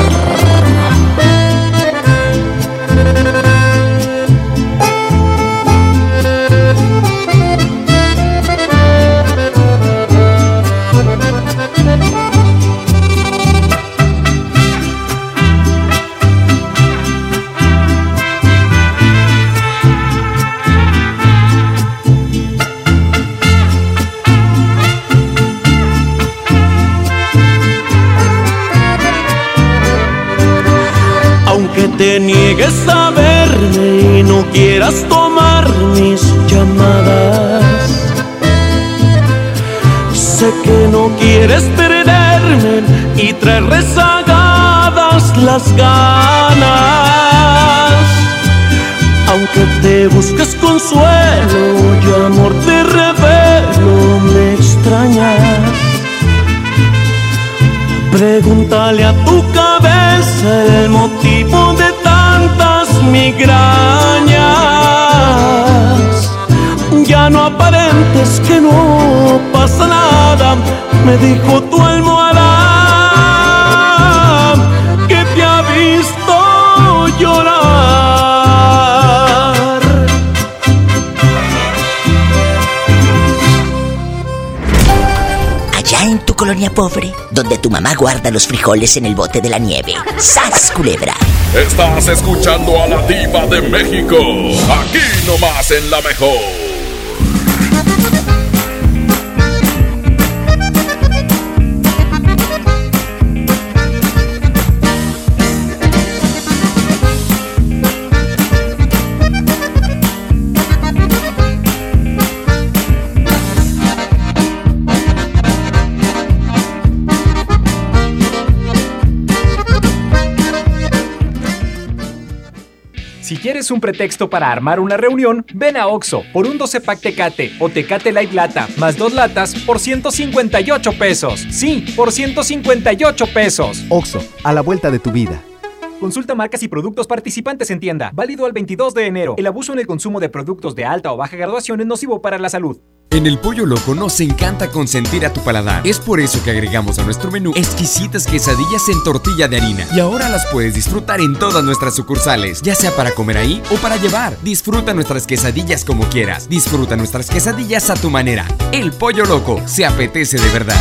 Que te niegues a verme y no quieras tomar mis llamadas. Sé que no quieres perderme y traer rezagadas las ganas. Aunque te busques consuelo y amor te revelo, me extrañas. Pregúntale a tu cabeza el motivo de tantas migrañas. Ya no aparentes que no pasa nada, me dijo tu almohada, que te ha visto llorar. Allá en tu colonia pobre, donde tu mamá guarda los frijoles en el bote de la nieve. ¡Sas, culebra! Estás escuchando a la Diva de México, aquí nomás en La Mejor. Si quieres un pretexto para armar una reunión, ven a Oxxo por un doce pack Tecate o Tecate Light Lata más dos latas por ciento cincuenta y ocho pesos. Sí, por ciento cincuenta y ocho pesos. Oxxo, a la vuelta de tu vida. Consulta marcas y productos participantes en tienda. Válido al veintidós de enero. El abuso en el consumo de productos de alta o baja graduación es nocivo para la salud. En El Pollo Loco nos encanta consentir a tu paladar. Es por eso que agregamos a nuestro menú exquisitas quesadillas en tortilla de harina. Y ahora las puedes disfrutar en todas nuestras sucursales, ya sea para comer ahí o para llevar. Disfruta nuestras quesadillas como quieras. Disfruta nuestras quesadillas a tu manera. El Pollo Loco se apetece de verdad.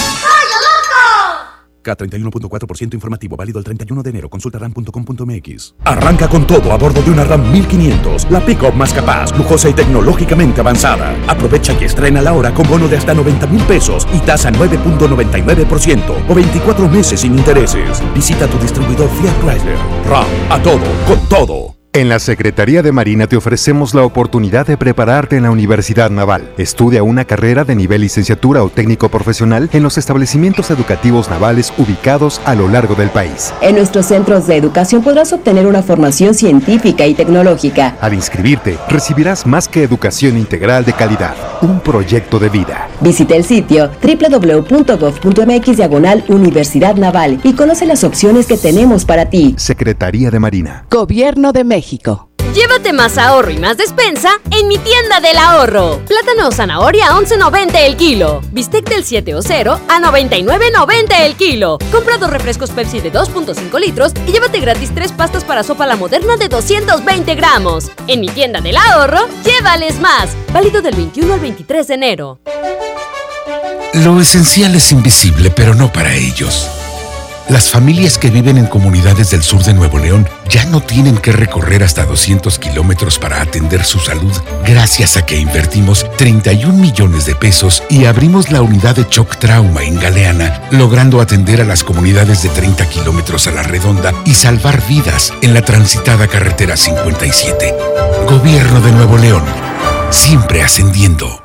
K treinta y uno punto cuatro por ciento informativo, válido el treinta y uno de enero. Consulta ram punto com punto m x. Arranca con todo a bordo de una RAM mil quinientos, la pick-up más capaz, lujosa y tecnológicamente avanzada. Aprovecha y estrena la hora con bono de hasta noventa mil pesos y tasa nueve punto noventa y nueve por ciento o veinticuatro meses sin intereses. Visita tu distribuidor Fiat Chrysler. RAM, a todo, con todo. En la Secretaría de Marina te ofrecemos la oportunidad de prepararte en la Universidad Naval. Estudia una carrera de nivel licenciatura o técnico profesional en los establecimientos educativos navales ubicados a lo largo del país. En nuestros centros de educación podrás obtener una formación científica y tecnológica. Al inscribirte, recibirás más que educación integral de calidad, un proyecto de vida. Visita el sitio doble u doble u doble u punto gov punto m x diagonal Universidad Naval y conoce las opciones que tenemos para ti. Secretaría de Marina. Gobierno de México. Llévate más ahorro y más despensa en mi tienda del ahorro. Plátano o zanahoria a once noventa el kilo. Bistec del siete o cero a noventa y nueve noventa el kilo. Compra dos refrescos Pepsi de dos punto cinco litros y llévate gratis tres pastas para sopa La Moderna de doscientos veinte gramos. En mi tienda del ahorro, llévales más. Válido del veintiuno al veintitrés de enero. Lo esencial es invisible, pero no para ellos. Las familias que viven en comunidades del sur de Nuevo León ya no tienen que recorrer hasta doscientos kilómetros para atender su salud gracias a que invertimos treinta y un millones de pesos y abrimos la unidad de Shock Trauma en Galeana, logrando atender a las comunidades de treinta kilómetros a la redonda y salvar vidas en la transitada carretera cincuenta y siete. Gobierno de Nuevo León, siempre ascendiendo.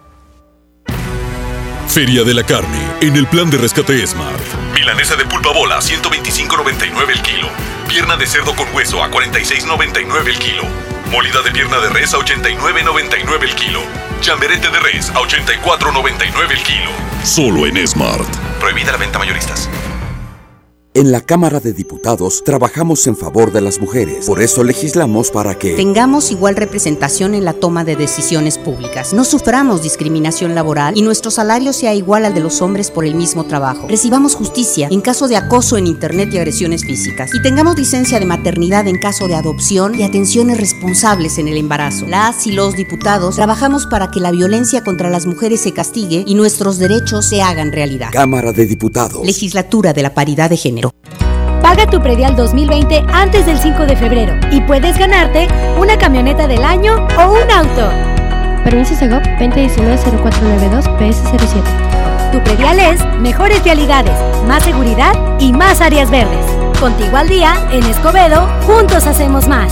Feria de la Carne, en el plan de rescate Smart. Milanesa de pulpa bola, ciento veinticinco noventa y nueve el kilo. Pierna de cerdo con hueso a cuarenta y seis noventa y nueve el kilo. Molida de pierna de res a ochenta y nueve noventa y nueve el kilo. Chamberete de res a ochenta y cuatro noventa y nueve el kilo. Solo en Smart. Prohibida la venta mayoristas. En la Cámara de Diputados trabajamos en favor de las mujeres. Por eso legislamos para que tengamos igual representación en la toma de decisiones públicas, no suframos discriminación laboral y nuestro salario sea igual al de los hombres por el mismo trabajo. Recibamos justicia en caso de acoso en internet y agresiones físicas. Y tengamos licencia de maternidad en caso de adopción y atenciones responsables en el embarazo. Las y los diputados trabajamos para que la violencia contra las mujeres se castigue y nuestros derechos se hagan realidad. Cámara de Diputados. Legislatura de la Paridad de Género. Paga tu predial dos mil veinte antes del cinco de febrero y puedes ganarte una camioneta del año o un auto. Permiso Segov veinte diecinueve cero cuatro nueve dos P S cero siete. Tu predial es mejores vialidades, más seguridad y más áreas verdes. Contigo al día, en Escobedo, juntos hacemos más.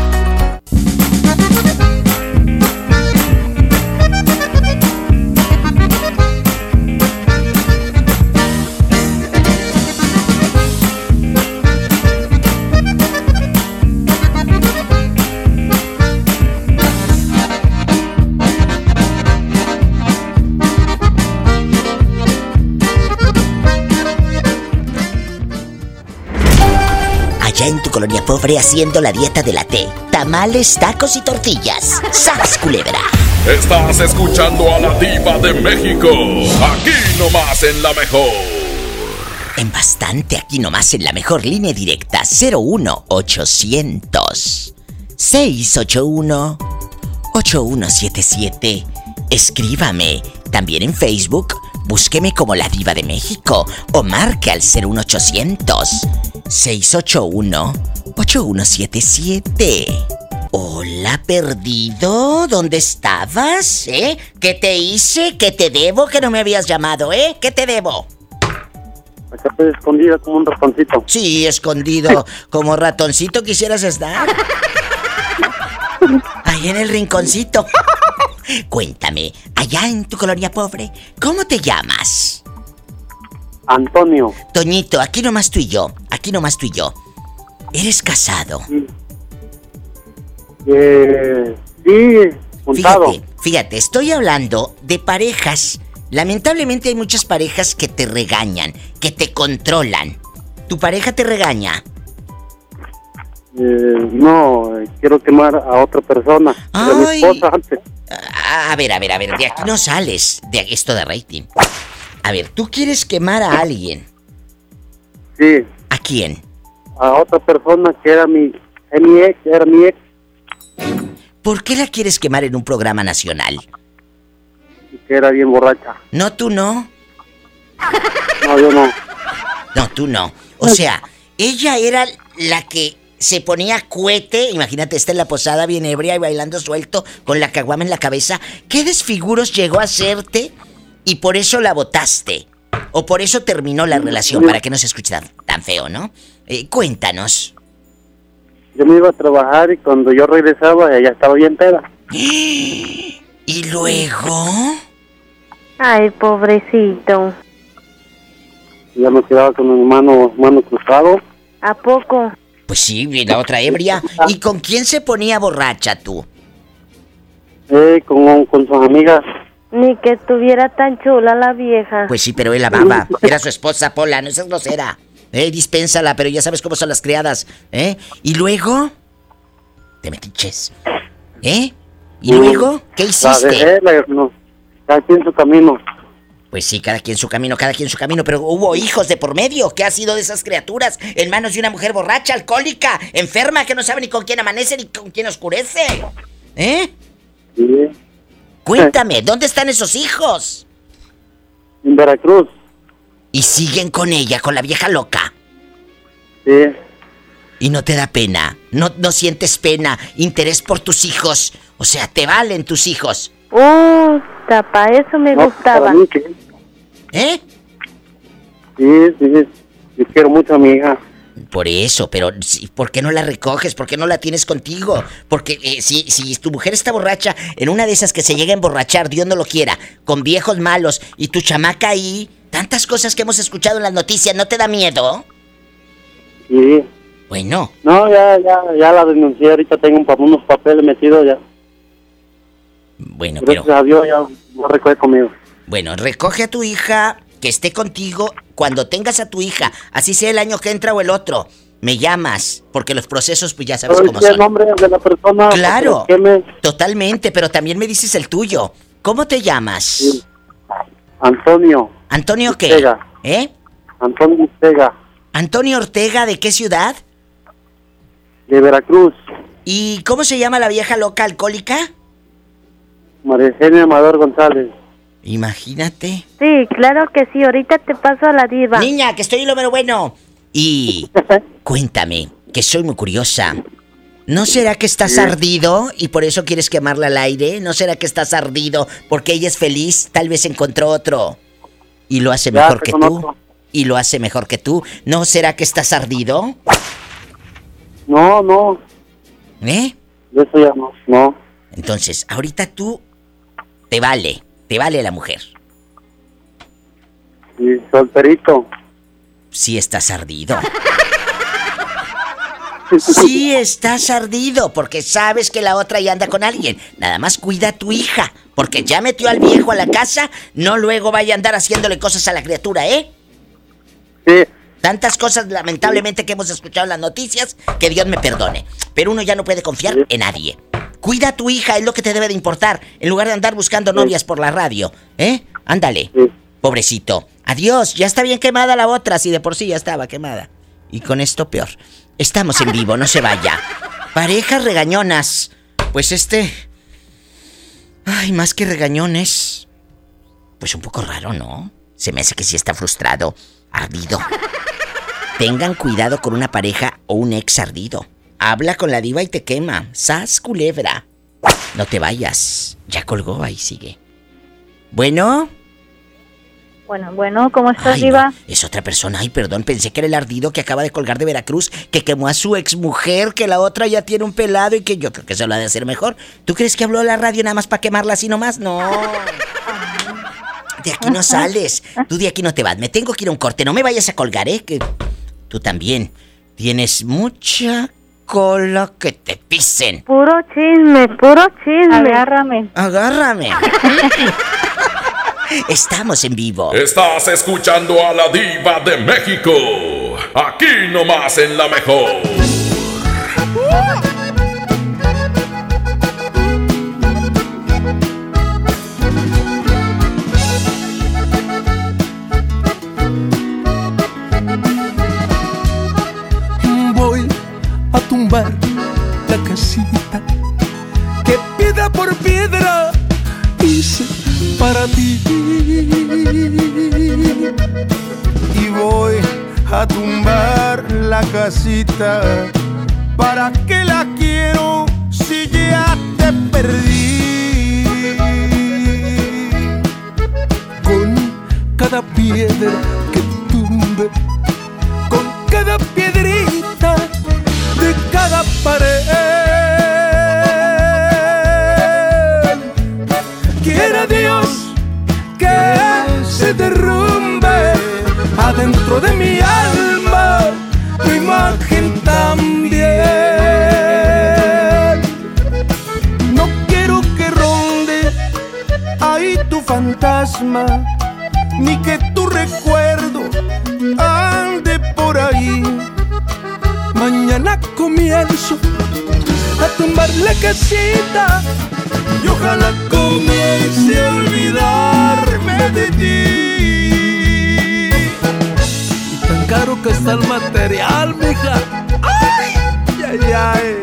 En tu colonia pobre haciendo la dieta de la T. Tamales, tacos y tortillas. ¡Sas, culebra! Estás escuchando a la Diva de México. Aquí nomás en La Mejor. En bastante, aquí nomás en la mejor línea directa. cero uno ochocientos seiscientos ochenta y uno ochenta y uno setenta y siete. Escríbame. También en Facebook. Búsqueme como la Diva de México o marque al cero uno ochocientos seiscientos ochenta y uno ochenta y uno setenta y siete. Hola, perdido, ¿dónde estabas? ¿Eh? ¿Qué te hice? ¿Qué te debo? Que no me habías llamado, ¿eh? ¿Qué te debo? Acá estoy escondido como un ratoncito. Sí, escondido como ratoncito quisieras estar. Ahí en el rinconcito. Cuéntame, allá en tu colonia pobre, ¿cómo te llamas? Antonio. Toñito, aquí nomás tú y yo, aquí nomás tú y yo. ¿Eres casado? Sí, eh, sí juntado. Fíjate, fíjate, estoy hablando de parejas. Lamentablemente hay muchas parejas que te regañan, que te controlan. ¿Tu pareja te regaña? Eh, no, eh, quiero quemar a otra persona. A mi esposa antes. A ver, a ver, a ver, de aquí no sales de esto de rating. A ver, ¿tú quieres quemar a alguien? Sí. ¿A quién? A otra persona que era mi, mi ex, era mi ex. ¿Por qué la quieres quemar en un programa nacional? Que era bien borracha. No, tú no. No, yo no. No, tú no. O sea, ella era la que se ponía cohete, imagínate, está en la posada bien ebria y bailando suelto con la caguama en la cabeza. ¿Qué desfiguros llegó a hacerte y por eso la botaste? O por eso terminó la relación, para que no se escuche tan, tan feo, ¿no? Eh, cuéntanos. Yo me iba a trabajar y cuando yo regresaba ella estaba bien peda. ¿Y luego? Ay, pobrecito. Ya me quedaba con mi mano, mano cruzado. ¿A poco? Pues sí, la otra ebria. ¿Y con quién se ponía borracha tú? Eh, con, con sus amigas. Ni que estuviera tan chula la vieja. Pues sí, pero él amaba. Era su esposa, Pola, no seas grosera. Eh, dispénsala, pero ya sabes cómo son las criadas. ¿Eh? ¿Y luego? Te metiches. ¿Eh? ¿Y luego? ¿Qué hiciste? La dejé, la, no, cada quien su camino. Pues sí, cada quien su camino, cada quien su camino, pero hubo hijos de por medio. ¿Qué ha sido de esas criaturas en manos de una mujer borracha, alcohólica, enferma, que no sabe ni con quién amanece ni con quién oscurece? ¿Eh? Sí. Cuéntame, ¿dónde están esos hijos? En Veracruz. ¿Y siguen con ella, con la vieja loca? Sí. Y no te da pena, no, no sientes pena, interés por tus hijos. O sea, te valen tus hijos. Uh, tapa, eso me no, gustaba. Mí, ¿Eh? Sí, sí, sí, quiero mucho a mi hija. Por eso, pero ¿por qué no la recoges? ¿Por qué no la tienes contigo? Porque eh, si, si tu mujer está borracha, en una de esas que se llega a emborrachar, Dios no lo quiera, con viejos malos, y tu chamaca ahí, tantas cosas que hemos escuchado en las noticias, ¿no te da miedo? Sí. Bueno. No, ya, ya, ya la denuncié, ahorita tengo un, unos papeles metidos ya. Bueno, Gracias pero... a Dios ya no recoge conmigo. Bueno, recoge a tu hija, que esté contigo. Cuando tengas a tu hija, así sea el año que entra o el otro, me llamas, porque los procesos pues ya sabes cómo son. ¿El nombre de la persona? Claro, me... totalmente, pero también me dices el tuyo. ¿Cómo te llamas? Sí. Antonio. ¿Antonio qué? Ortega. ¿Eh? Antonio Ortega. ¿Antonio Ortega de qué ciudad? De Veracruz. ¿Y cómo se llama la vieja loca alcohólica? María Eugenia Amador González. Imagínate. Sí, claro que sí, ahorita te paso a la diva. Niña, que estoy en lo mero bueno. Y cuéntame, que soy muy curiosa. ¿No será que estás ardido y por eso quieres quemarla al aire? ¿No será que estás ardido porque ella es feliz? Tal vez encontró otro y lo hace mejor que tú. Y lo hace mejor que tú. ¿No será que estás ardido? No, no. ¿Eh? Eso ya no, no. Entonces, ahorita tú te vale. Te vale la mujer. Y solterito. Sí estás ardido. Sí estás ardido, porque sabes que la otra ya anda con alguien. Nada más cuida a tu hija, porque ya metió al viejo a la casa, no luego vaya a andar haciéndole cosas a la criatura, ¿eh? Sí. Tantas cosas, lamentablemente, que hemos escuchado en las noticias, que Dios me perdone. Pero uno ya no puede confiar sí. en nadie. Cuida a tu hija, es lo que te debe de importar, en lugar de andar buscando sí. novias por la radio, ¿eh? Ándale, sí. pobrecito. Adiós, ya está bien quemada la otra, si de por sí ya estaba quemada. Y con esto peor. Estamos en vivo, no se vaya. Parejas regañonas. Pues este... Ay, más que regañones... Pues un poco raro, ¿no? Se me hace que sí está frustrado, ardido. Tengan cuidado con una pareja o un ex ardido. Habla con la diva y te quema. ¡Sas, culebra! No te vayas. Ya colgó, ahí sigue. Bueno... Bueno, bueno, ¿cómo estás, Ay, diva? No, es otra persona. Ay, perdón, pensé que era el ardido que acaba de colgar de Veracruz, que quemó a su exmujer, que la otra ya tiene un pelado y que yo creo que se lo ha de hacer mejor. ¿Tú crees que habló a la radio nada más para quemarla así nomás? No. De aquí no sales. Tú de aquí no te vas. Me tengo que ir a un corte. No me vayas a colgar, ¿eh? Que tú también tienes mucha cola que te pisen. Puro chisme, puro chisme. Agárrame. Agárrame. Estamos en vivo. Estás escuchando a la Diva de México. Aquí nomás en La Mejor. Voy a tumbar la casita que piedra por piedra hice para ti, y voy a tumbar la casita. ¿Para qué la quiero si ya te perdí? Con cada piedra que tumbe, con cada piedrita de cada pared, quiera Dios que se derrumbe adentro de mi alma tu imagen también. No quiero que ronde ahí tu fantasma, ni que tu recuerdo ande por ahí. Mañana comienzo a tumbar la casita y ojalá comience a olvidarme de ti. Y tan caro que está el material, mija. ¡Ay! ¡Ay, ay!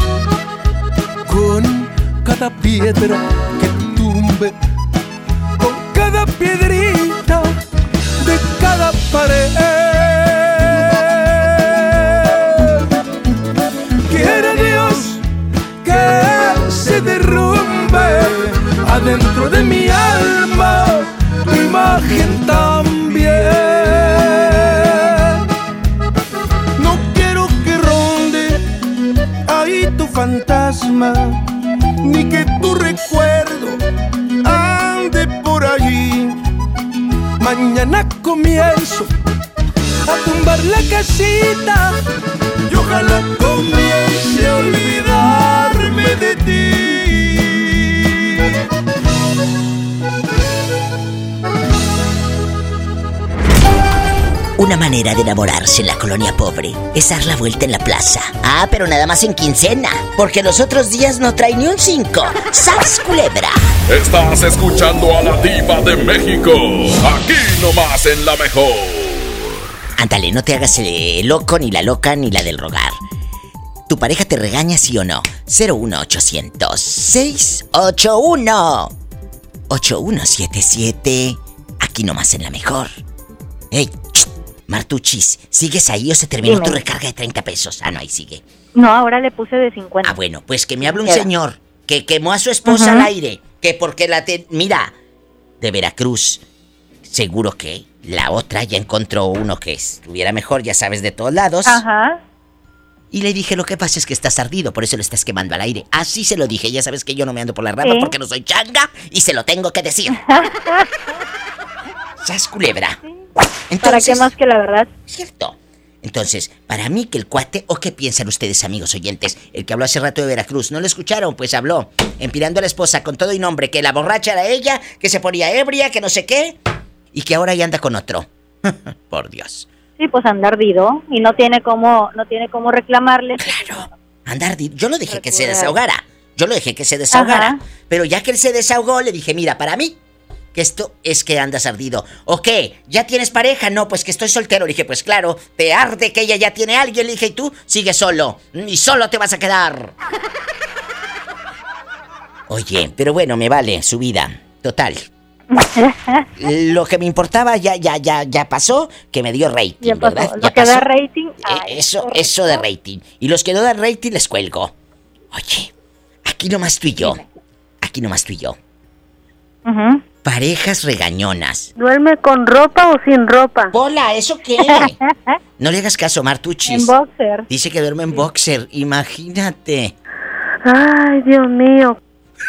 Con cada piedra que tumbe, con piedrita de cada pared. Quiere Dios que se derrumbe adentro de mi alma tu imagen también. No quiero que ronde ahí tu fantasma, ni que tu recuerdo ande por allí. Mañana comienzo a tumbar la casita y ojalá comience a olvidarme de ti. Una manera de enamorarse en la colonia pobre es dar la vuelta en la plaza. Ah, pero nada más en quincena, porque los otros días no trae ni un cinco. ¡Sas, culebra! Estás escuchando a la Diva de México, aquí nomás en La Mejor. Ándale, no te hagas el loco, ni la loca, ni la del rogar. ¿Tu pareja te regaña, sí o no? cero uno ochocientos, seiscientos ochenta y uno, ochenta y uno setenta y siete. Aquí nomás en La Mejor. ¡Ey! Martuchis, ¿sigues ahí o se terminó Dime. tu recarga de treinta pesos? Ah, no, ahí sigue. No, ahora le puse de cincuenta. Ah, bueno, pues que me hable un señor que quemó a su esposa uh-huh. al aire. Que porque la... Te... Mira, de Veracruz, seguro que la otra ya encontró uno que estuviera mejor, ya sabes, de todos lados. Ajá. Y le dije, lo que pasa es que estás ardido, por eso lo estás quemando al aire. Así se lo dije, ya sabes que yo no me ando por la rama ¿Sí? porque no soy changa y se lo tengo que decir. ¿Sas, culebra? Sí. Entonces, ¿para qué más que la verdad? Cierto. Entonces, para mí que el cuate, ¿o qué piensan ustedes, amigos oyentes? El que habló hace rato de Veracruz, ¿no lo escucharon? Pues habló, empirando a la esposa con todo y nombre, que la borracha era ella, que se ponía ebria, que no sé qué, y que ahora ya anda con otro. Por Dios. Sí, pues anda ardido, y no tiene cómo, no tiene cómo reclamarle. Claro, anda ardido. Yo lo dejé que se desahogara, yo lo dejé que se desahogara, Ajá. pero ya que él se desahogó, le dije, mira, para mí, que esto es que andas ardido. ¿O qué? ¿Ya tienes pareja? No, pues que estoy soltero. Le dije, pues claro, te arde que ella ya tiene a alguien. Le dije, y tú sigues solo. Y solo te vas a quedar. Oye, pero bueno, me vale su vida. Total. Lo que me importaba ya, ya, ya, ya pasó, que me dio rating, ya pasó. ¿verdad? Lo ya que pasó. da rating. Ay, eso, correcto. Eso de rating. Y los que no dan rating les cuelgo. Oye, aquí nomás tú y yo. Aquí nomás tú y yo. Ajá. Uh-huh. Parejas regañonas. ¿Duerme con ropa o sin ropa? Hola, ¿eso qué? No le hagas caso, Martuchis. En boxer. Dice que duerme en boxer, imagínate. Ay, Dios mío.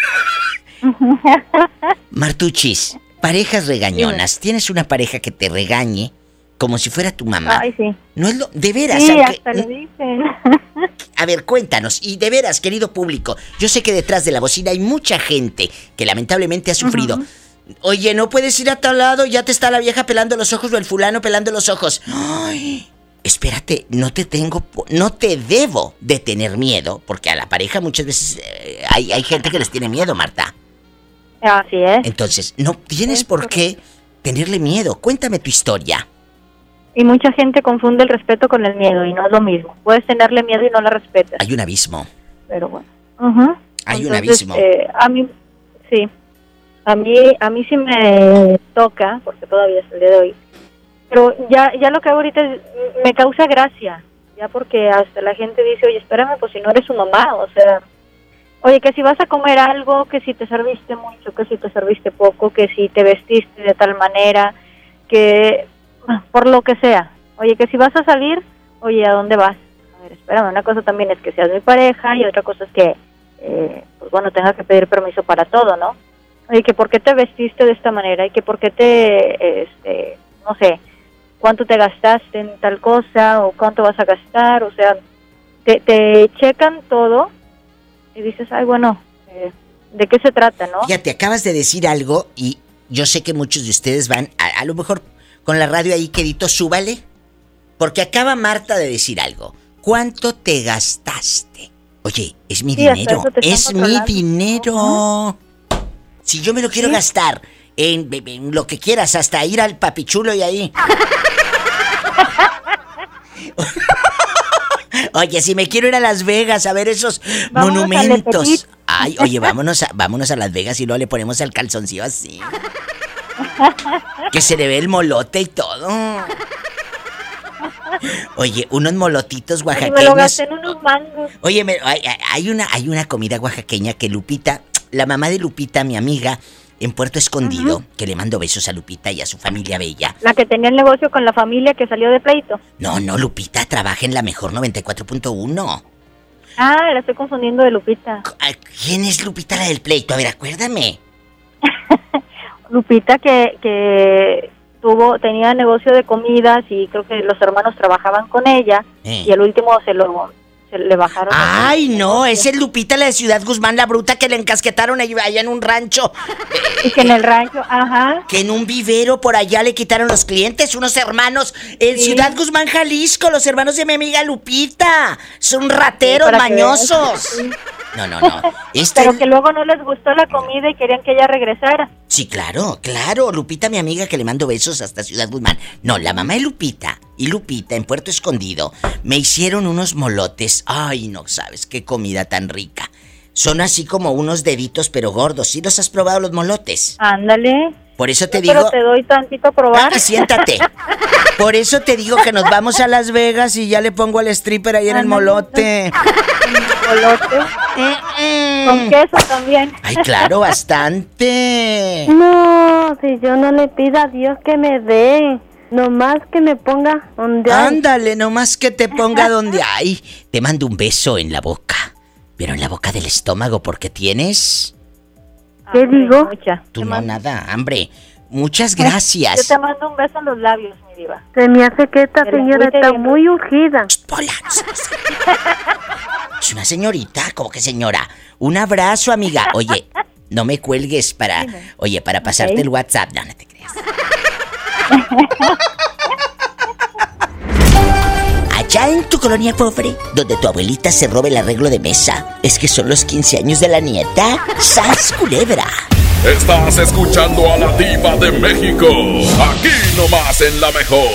Martuchis, parejas regañonas. Sí. ¿Tienes una pareja que te regañe como si fuera tu mamá? Ay, sí. No es lo... De veras. Sí, aunque... hasta le dicen. A ver, cuéntanos. Y de veras, querido público, yo sé que detrás de la bocina hay mucha gente que lamentablemente ha sufrido... Uh-huh. Oye, no puedes ir a tal lado, ya te está la vieja pelando los ojos o el fulano pelando los ojos. Ay, espérate, no te tengo, no te debo de tener miedo, porque a la pareja muchas veces eh, hay, hay gente que les tiene miedo, Marta. Así es. Entonces, no tienes por qué tenerle miedo. Cuéntame tu historia. Y mucha gente confunde el respeto con el miedo, y no es lo mismo. Puedes tenerle miedo y no la respetas. Hay un abismo. Pero bueno. Uh-huh. Hay Entonces, un abismo. Eh, a mí, sí. A mí, a mí sí me toca, porque todavía es el día de hoy, pero ya, ya lo que hago ahorita es, me causa gracia, ya porque hasta la gente dice, oye, espérame, pues si no eres su mamá, o sea, oye, que si vas a comer algo, que si te serviste mucho, que si te serviste poco, que si te vestiste de tal manera, que por lo que sea, oye, que si vas a salir, oye, ¿a dónde vas? A ver, espérame, una cosa también es que seas mi pareja y otra cosa es que, eh, pues bueno, tengas que pedir permiso para todo, ¿no? Y que por qué te vestiste de esta manera, y que por qué te, este, no sé, cuánto te gastaste en tal cosa, o cuánto vas a gastar, o sea, te, te checan todo, y dices, ay, bueno, eh, ¿de qué se trata, no? Ya te acabas de decir algo, y yo sé que muchos de ustedes van, a, a lo mejor con la radio ahí, quedito, súbale, porque acaba Marta de decir algo. ¿Cuánto te gastaste? Oye, es mi sí, dinero, es mi dinero. ¿No? Si yo me lo quiero ¿Sí? gastar en, en lo que quieras, hasta ir al papichulo y ahí. Oye, si me quiero ir a Las Vegas a ver esos vámonos monumentos. Ay, oye, vámonos a, vámonos a Las Vegas y luego le ponemos el calzoncillo así. Que se le ve el molote y todo. Oye, unos molotitos oaxaqueños. Me lo gasté en unos mangos. Oye, me, hay, hay, una, hay una comida oaxaqueña que Lupita, la mamá de Lupita, mi amiga, en Puerto Escondido, uh-huh. que le mando besos a Lupita y a su familia bella. La que tenía el negocio con la familia que salió de pleito. No, no, Lupita trabaja en La Mejor noventa y cuatro punto uno. Ah, la estoy confundiendo de Lupita. ¿Quién es Lupita, la del pleito? A ver, acuérdame. Lupita que, que tuvo, tenía negocio de comidas y creo que los hermanos trabajaban con ella eh. y al último se lo se le bajaron. Ay, no, esa es Lupita, la de Ciudad Guzmán, la bruta que le encasquetaron allá en un rancho. Y que en el rancho, ajá. Que en un vivero por allá le quitaron los clientes, unos hermanos en sí. Ciudad Guzmán, Jalisco, los hermanos de mi amiga Lupita. Son rateros, sí, mañosos. Sí. No, no, no. Este... Pero que luego no les gustó la comida y querían que ella regresara. Sí, claro, claro. Lupita, mi amiga, que le mando besos hasta Ciudad Guzmán. No, la mamá de Lupita y Lupita en Puerto Escondido me hicieron unos molotes. Ay, no sabes qué comida tan rica. Son así como unos deditos pero gordos. ¿Sí los has probado los molotes? Ándale. Por eso te sí, digo... Pero te doy tantito a probar. Ah, siéntate. Por eso te digo que nos vamos a Las Vegas y ya le pongo al stripper ahí en el molote. ¿Molote? Con queso también. Ay, claro, bastante. No, si yo no le pido a Dios que me dé. Nomás que me ponga donde hay. Ándale, nomás que te ponga donde hay. Te mando un beso en la boca. Pero en la boca del estómago, porque tienes... ¿Qué digo? Mucha. Tú no, nada, hambre. Muchas gracias. Yo te mando un beso en los labios, mi diva. Se me hace que esta Pero señora está bien. Muy urgida. Hola, no sé, no sé. Es una señorita, ¿cómo que señora? Un abrazo, amiga. Oye, no me cuelgues para... Oye, para pasarte okay. el WhatsApp. No, no te creas. Allá en tu colonia pobre, donde tu abuelita se robe el arreglo de mesa, es que son los quince años de la nieta. ¡Sas, culebra! Estás escuchando a la Diva de México, aquí nomás en La Mejor.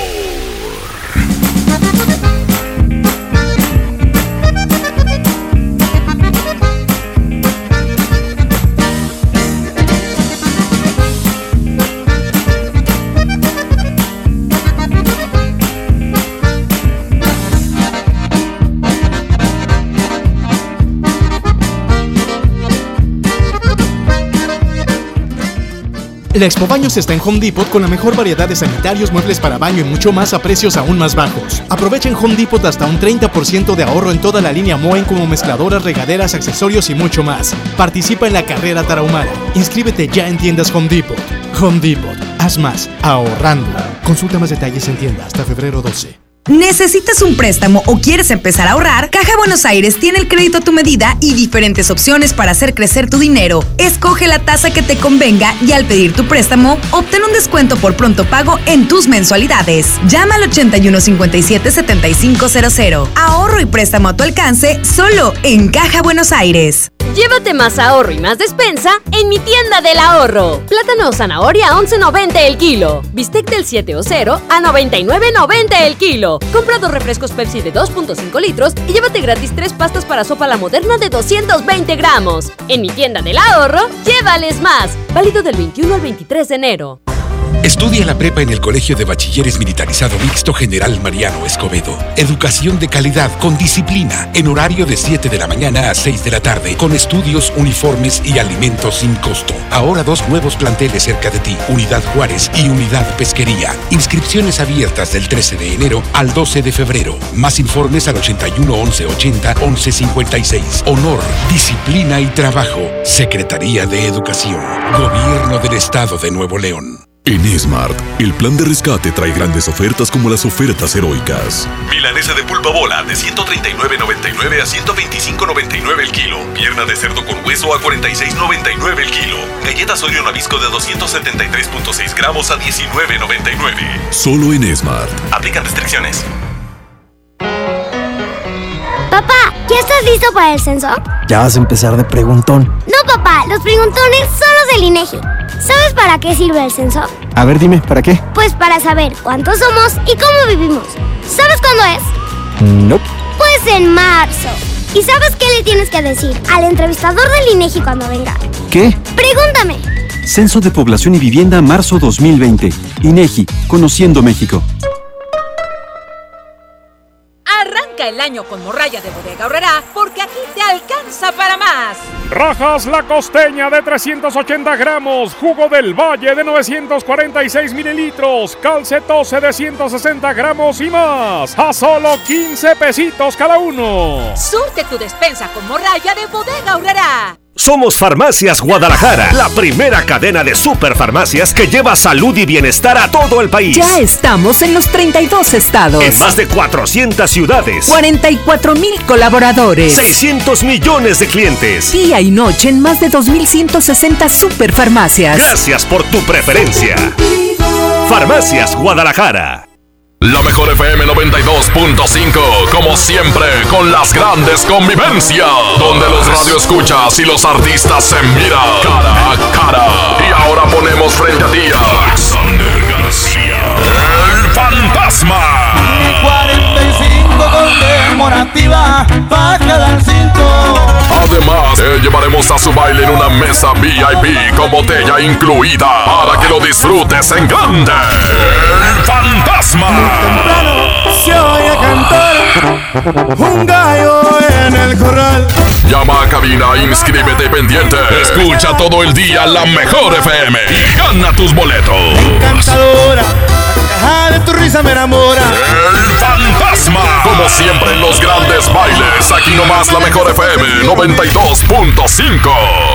La Expo Baños está en Home Depot con la mejor variedad de sanitarios, muebles para baño y mucho más a precios aún más bajos. Aprovecha en Home Depot hasta un treinta por ciento de ahorro en toda la línea Moen como mezcladoras, regaderas, accesorios y mucho más. Participa en la carrera tarahumara. Inscríbete ya en tiendas Home Depot. Home Depot. Haz más ahorrando. Consulta más detalles en tienda hasta febrero doce. ¿Necesitas un préstamo o quieres empezar a ahorrar? Caja Buenos Aires tiene el crédito a tu medida y diferentes opciones para hacer crecer tu dinero. Escoge la tasa que te convenga y al pedir tu préstamo, obtén un descuento por pronto pago en tus mensualidades. Llama al ochenta y uno cincuenta y siete setenta y cinco cero cero. Ahorro y préstamo a tu alcance solo en Caja Buenos Aires. Llévate más ahorro y más despensa en mi tienda del ahorro. Plátano o zanahoria a once noventa el kilo. Bistec del siete o cero a noventa y nueve noventa el kilo. Compra dos refrescos Pepsi de dos punto cinco litros y llévate gratis tres pastas para sopa La Moderna de doscientos veinte gramos. En mi tienda del ahorro, llévales más. Válido del veintiuno al veintitrés de enero. Estudia la prepa en el Colegio de Bachilleres Militarizado Mixto General Mariano Escobedo. Educación de calidad con disciplina, en horario de siete de la mañana a seis de la tarde, con estudios, uniformes y alimentos sin costo. Ahora dos nuevos planteles cerca de ti, Unidad Juárez y Unidad Pesquería. Inscripciones abiertas del trece de enero al doce de febrero. Más informes al ochenta y uno once ochenta once cincuenta y seis. Honor, disciplina y trabajo. Secretaría de Educación. Gobierno del Estado de Nuevo León. En Smart, el plan de rescate trae grandes ofertas como las ofertas heroicas. Milanesa de pulpa bola de ciento treinta y nueve noventa y nueve a ciento veinticinco noventa y nueve el kilo. Pierna de cerdo con hueso a cuarenta y seis noventa y nueve el kilo. Galletas Oreo Nabisco de doscientos setenta y tres punto seis gramos a diecinueve noventa y nueve. Solo en Smart. Aplican restricciones. Papá, ¿ya estás listo para el censo? Ya vas a empezar de preguntón. No, papá, los preguntones son los del INEGI. ¿Sabes para qué sirve el censo? A ver, dime, ¿para qué? Pues para saber cuántos somos y cómo vivimos. ¿Sabes cuándo es? No. Nope. Pues en marzo. ¿Y sabes qué le tienes que decir al entrevistador del INEGI cuando venga? ¿Qué? Pregúntame. Censo de Población y Vivienda, marzo dos mil veinte. INEGI, Conociendo México. Arranca el año con morralla de Bodega Aurrerá, porque aquí te alcanza para más. Rajas La Costeña de trescientos ochenta gramos, Jugo del Valle de novecientos cuarenta y seis mililitros, Calcetose de ciento sesenta gramos y más, a solo quince pesitos cada uno. Surte tu despensa con morralla de Bodega Aurrerá. Somos Farmacias Guadalajara, la primera cadena de superfarmacias que lleva salud y bienestar a todo el país. Ya estamos en los treinta y dos estados. En más de cuatrocientas ciudades. cuarenta y cuatro mil colaboradores. seiscientos millones de clientes. Día y noche en más de dos mil ciento sesenta superfarmacias. Gracias por tu preferencia. Farmacias Guadalajara. La mejor F M noventa y dos punto cinco, como siempre, con las grandes convivencias, donde los radioescuchas y los artistas se miran cara a cara. Y ahora ponemos frente a ti a Alexander García, el fantasma. Y cuarenta y cinco conmemorativa, baja del cinto. Además, te llevaremos a su baile en una mesa V I P con botella incluida, para que lo disfrutes en grande. El fantasma. Temprano se oye cantar un gallo en el corral. Llama a cabina, inscríbete pendiente. Escucha todo el día la mejor F M y gana tus boletos. Encantadora, la caja de tu risa me enamora. El fantasma. Como siempre en los grandes bailes, aquí nomás la mejor F M noventa y dos punto cinco.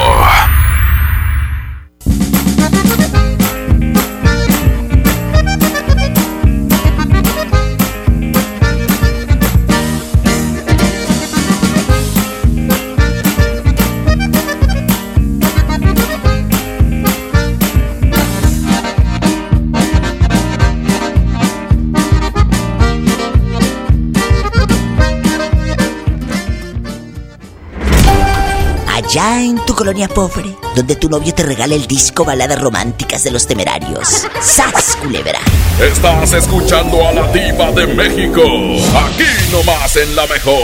Ya en tu colonia pobre, donde tu novio te regala el disco Baladas Románticas de los Temerarios. ¡Sas, culebra! Estás escuchando a la Diva de México, aquí nomás en la mejor.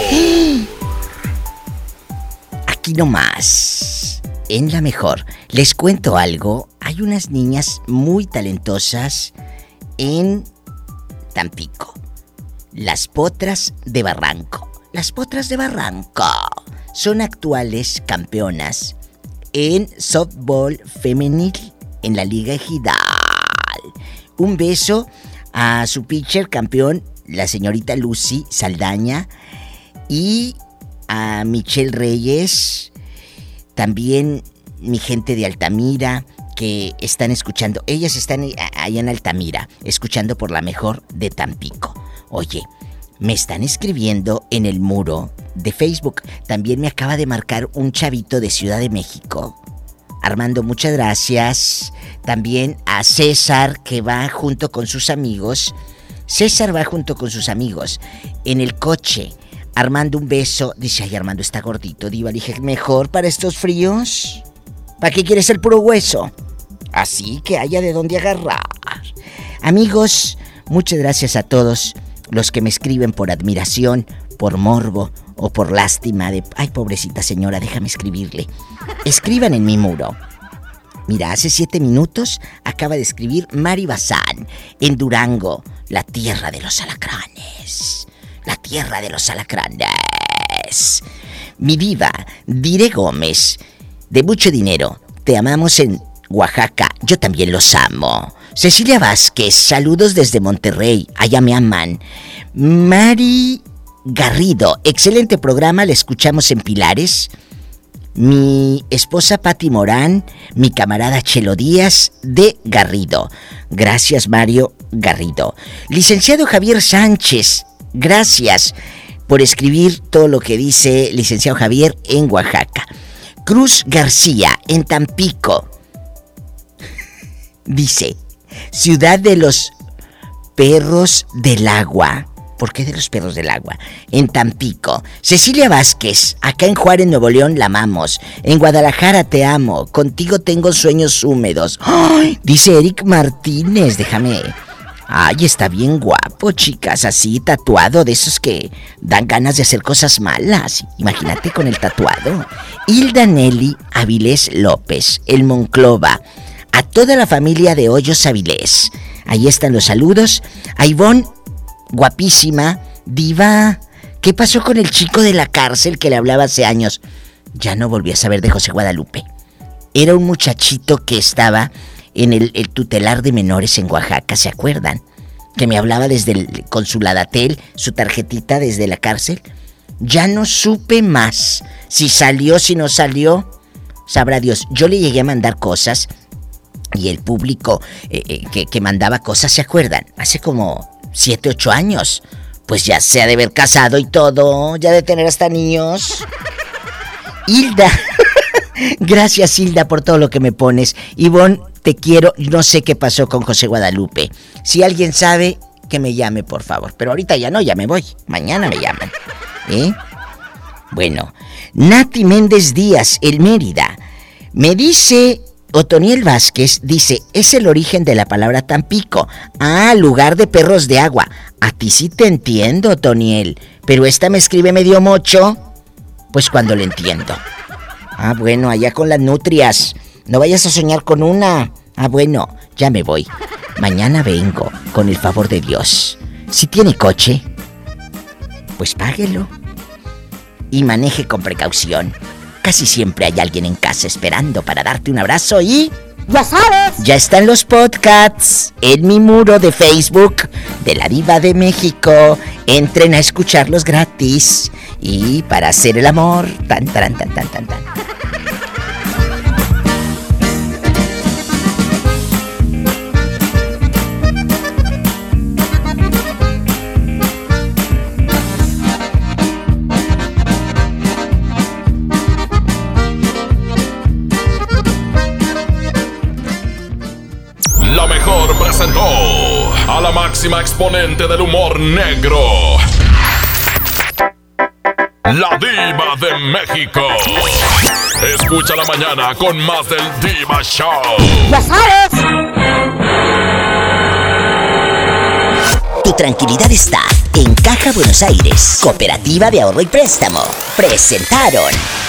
Aquí nomás, en la mejor. Les cuento algo, hay unas niñas muy talentosas en Tampico. Las Potras de Barranco. Las Potras de Barranco son actuales campeonas en softball femenil en la Liga Ejidal. Un beso a su pitcher campeón, la señorita Lucy Saldaña, y a Michelle Reyes, también mi gente de Altamira, que están escuchando. Ellas están allá en Altamira, escuchando por la mejor de Tampico. Oye, me están escribiendo en el muro de Facebook. También me acaba de marcar un chavito de Ciudad de México. Armando, muchas gracias. También a César, que va junto con sus amigos. César va junto con sus amigos en el coche. Armando, un beso. Dice, ay, Armando está gordito, Diva. Le dije, mejor para estos fríos. ¿Para qué quieres el puro hueso? Así que haya de dónde agarrar. Amigos, muchas gracias a todos los que me escriben por admiración, por morbo o por lástima de... Ay, pobrecita señora, déjame escribirle. Escriban en mi muro. Mira, hace siete minutos acaba de escribir Mari Bazán en Durango, la tierra de los alacranes. La tierra de los alacranes. Mi diva, Dire Gómez, de mucho dinero, te amamos en Oaxaca. Yo también los amo. Cecilia Vázquez, saludos desde Monterrey, allá me aman. Mari Garrido, excelente programa, la escuchamos en Pilares. Mi esposa Pati Morán, mi camarada Chelo Díaz de Garrido. Gracias, Mario Garrido. Licenciado Javier Sánchez, gracias por escribir todo lo que dice licenciado Javier en Oaxaca. Cruz García, en Tampico, dice... Ciudad de los Perros del Agua. ¿Por qué de los Perros del Agua? En Tampico. Cecilia Vázquez, acá en Juárez, Nuevo León, la amamos. En Guadalajara te amo. Contigo tengo sueños húmedos. ¡Ay! Dice Eric Martínez, déjame. Ay, está bien guapo, chicas, así tatuado, de esos que dan ganas de hacer cosas malas. Imagínate con el tatuado. Hilda Nelly Avilés López, el Monclova. a toda la familia de Hoyos Avilés. Ahí están los saludos. A Ivonne, guapísima, diva. ¿Qué pasó con el chico de la cárcel que le hablaba hace años? Ya no volví a saber de José Guadalupe. Era un muchachito que estaba en el, el tutelar de menores en Oaxaca, ¿se acuerdan? Que me hablaba desde el, con su Ladatel, su tarjetita desde la cárcel. Ya no supe más. Si salió, si no salió, sabrá Dios. Yo le llegué a mandar cosas y el público eh, eh, que, que mandaba cosas, ¿se acuerdan? Hace como siete, ocho años. Pues ya se ha de haber casado y todo, ya de tener hasta niños. Hilda, gracias Hilda por todo lo que me pones. Ivonne, te quiero, no sé qué pasó con José Guadalupe. Si alguien sabe, que me llame por favor. Pero ahorita ya no, ya me voy, mañana me llaman. ¿Eh? Bueno, Nati Méndez Díaz, el Mérida. Me dice, Otoniel Vázquez, dice, es el origen de la palabra Tampico. Ah, lugar de perros de agua. A ti sí te entiendo, Otoniel, pero esta me escribe medio mocho. Pues cuando le entiendo. Ah, bueno, allá con las nutrias. No vayas a soñar con una. Ah, bueno, ya me voy. Mañana vengo, con el favor de Dios. Si tiene coche, pues páguelo. Y maneje con precaución. Casi siempre hay alguien en casa esperando para darte un abrazo y... ¡ya sabes! Ya están los podcasts en mi muro de Facebook de la Diva de México. Entren a escucharlos gratis. Y para hacer el amor, tan, tan, tan, tan, tan, tan. La mejor presentó a la máxima exponente del humor negro, la Diva de México. Escucha la mañana con más del Diva Show. ¡Ya sabes! Tu tranquilidad está en Caja Buenos Aires, Cooperativa de Ahorro y Préstamo. Presentaron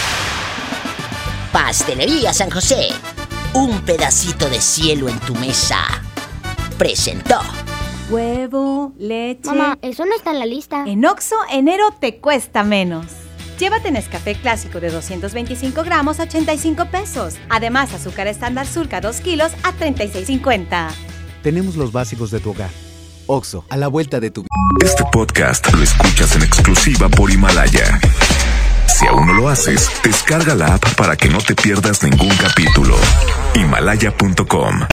Pastelería San José, un pedacito de cielo en tu mesa. Presentó Huevo, leche... Mamá, eso no está en la lista. En Oxxo, enero te cuesta menos. Llévate Nescafé clásico de doscientos veinticinco gramos a ochenta y cinco pesos. Además, azúcar estándar Surca dos kilos a treinta y seis cincuenta. Tenemos los básicos de tu hogar. Oxxo, a la vuelta de tu vida. Este podcast lo escuchas en exclusiva por Himalaya. Si aún no lo haces, descarga la app para que no te pierdas ningún capítulo. Himalaya punto com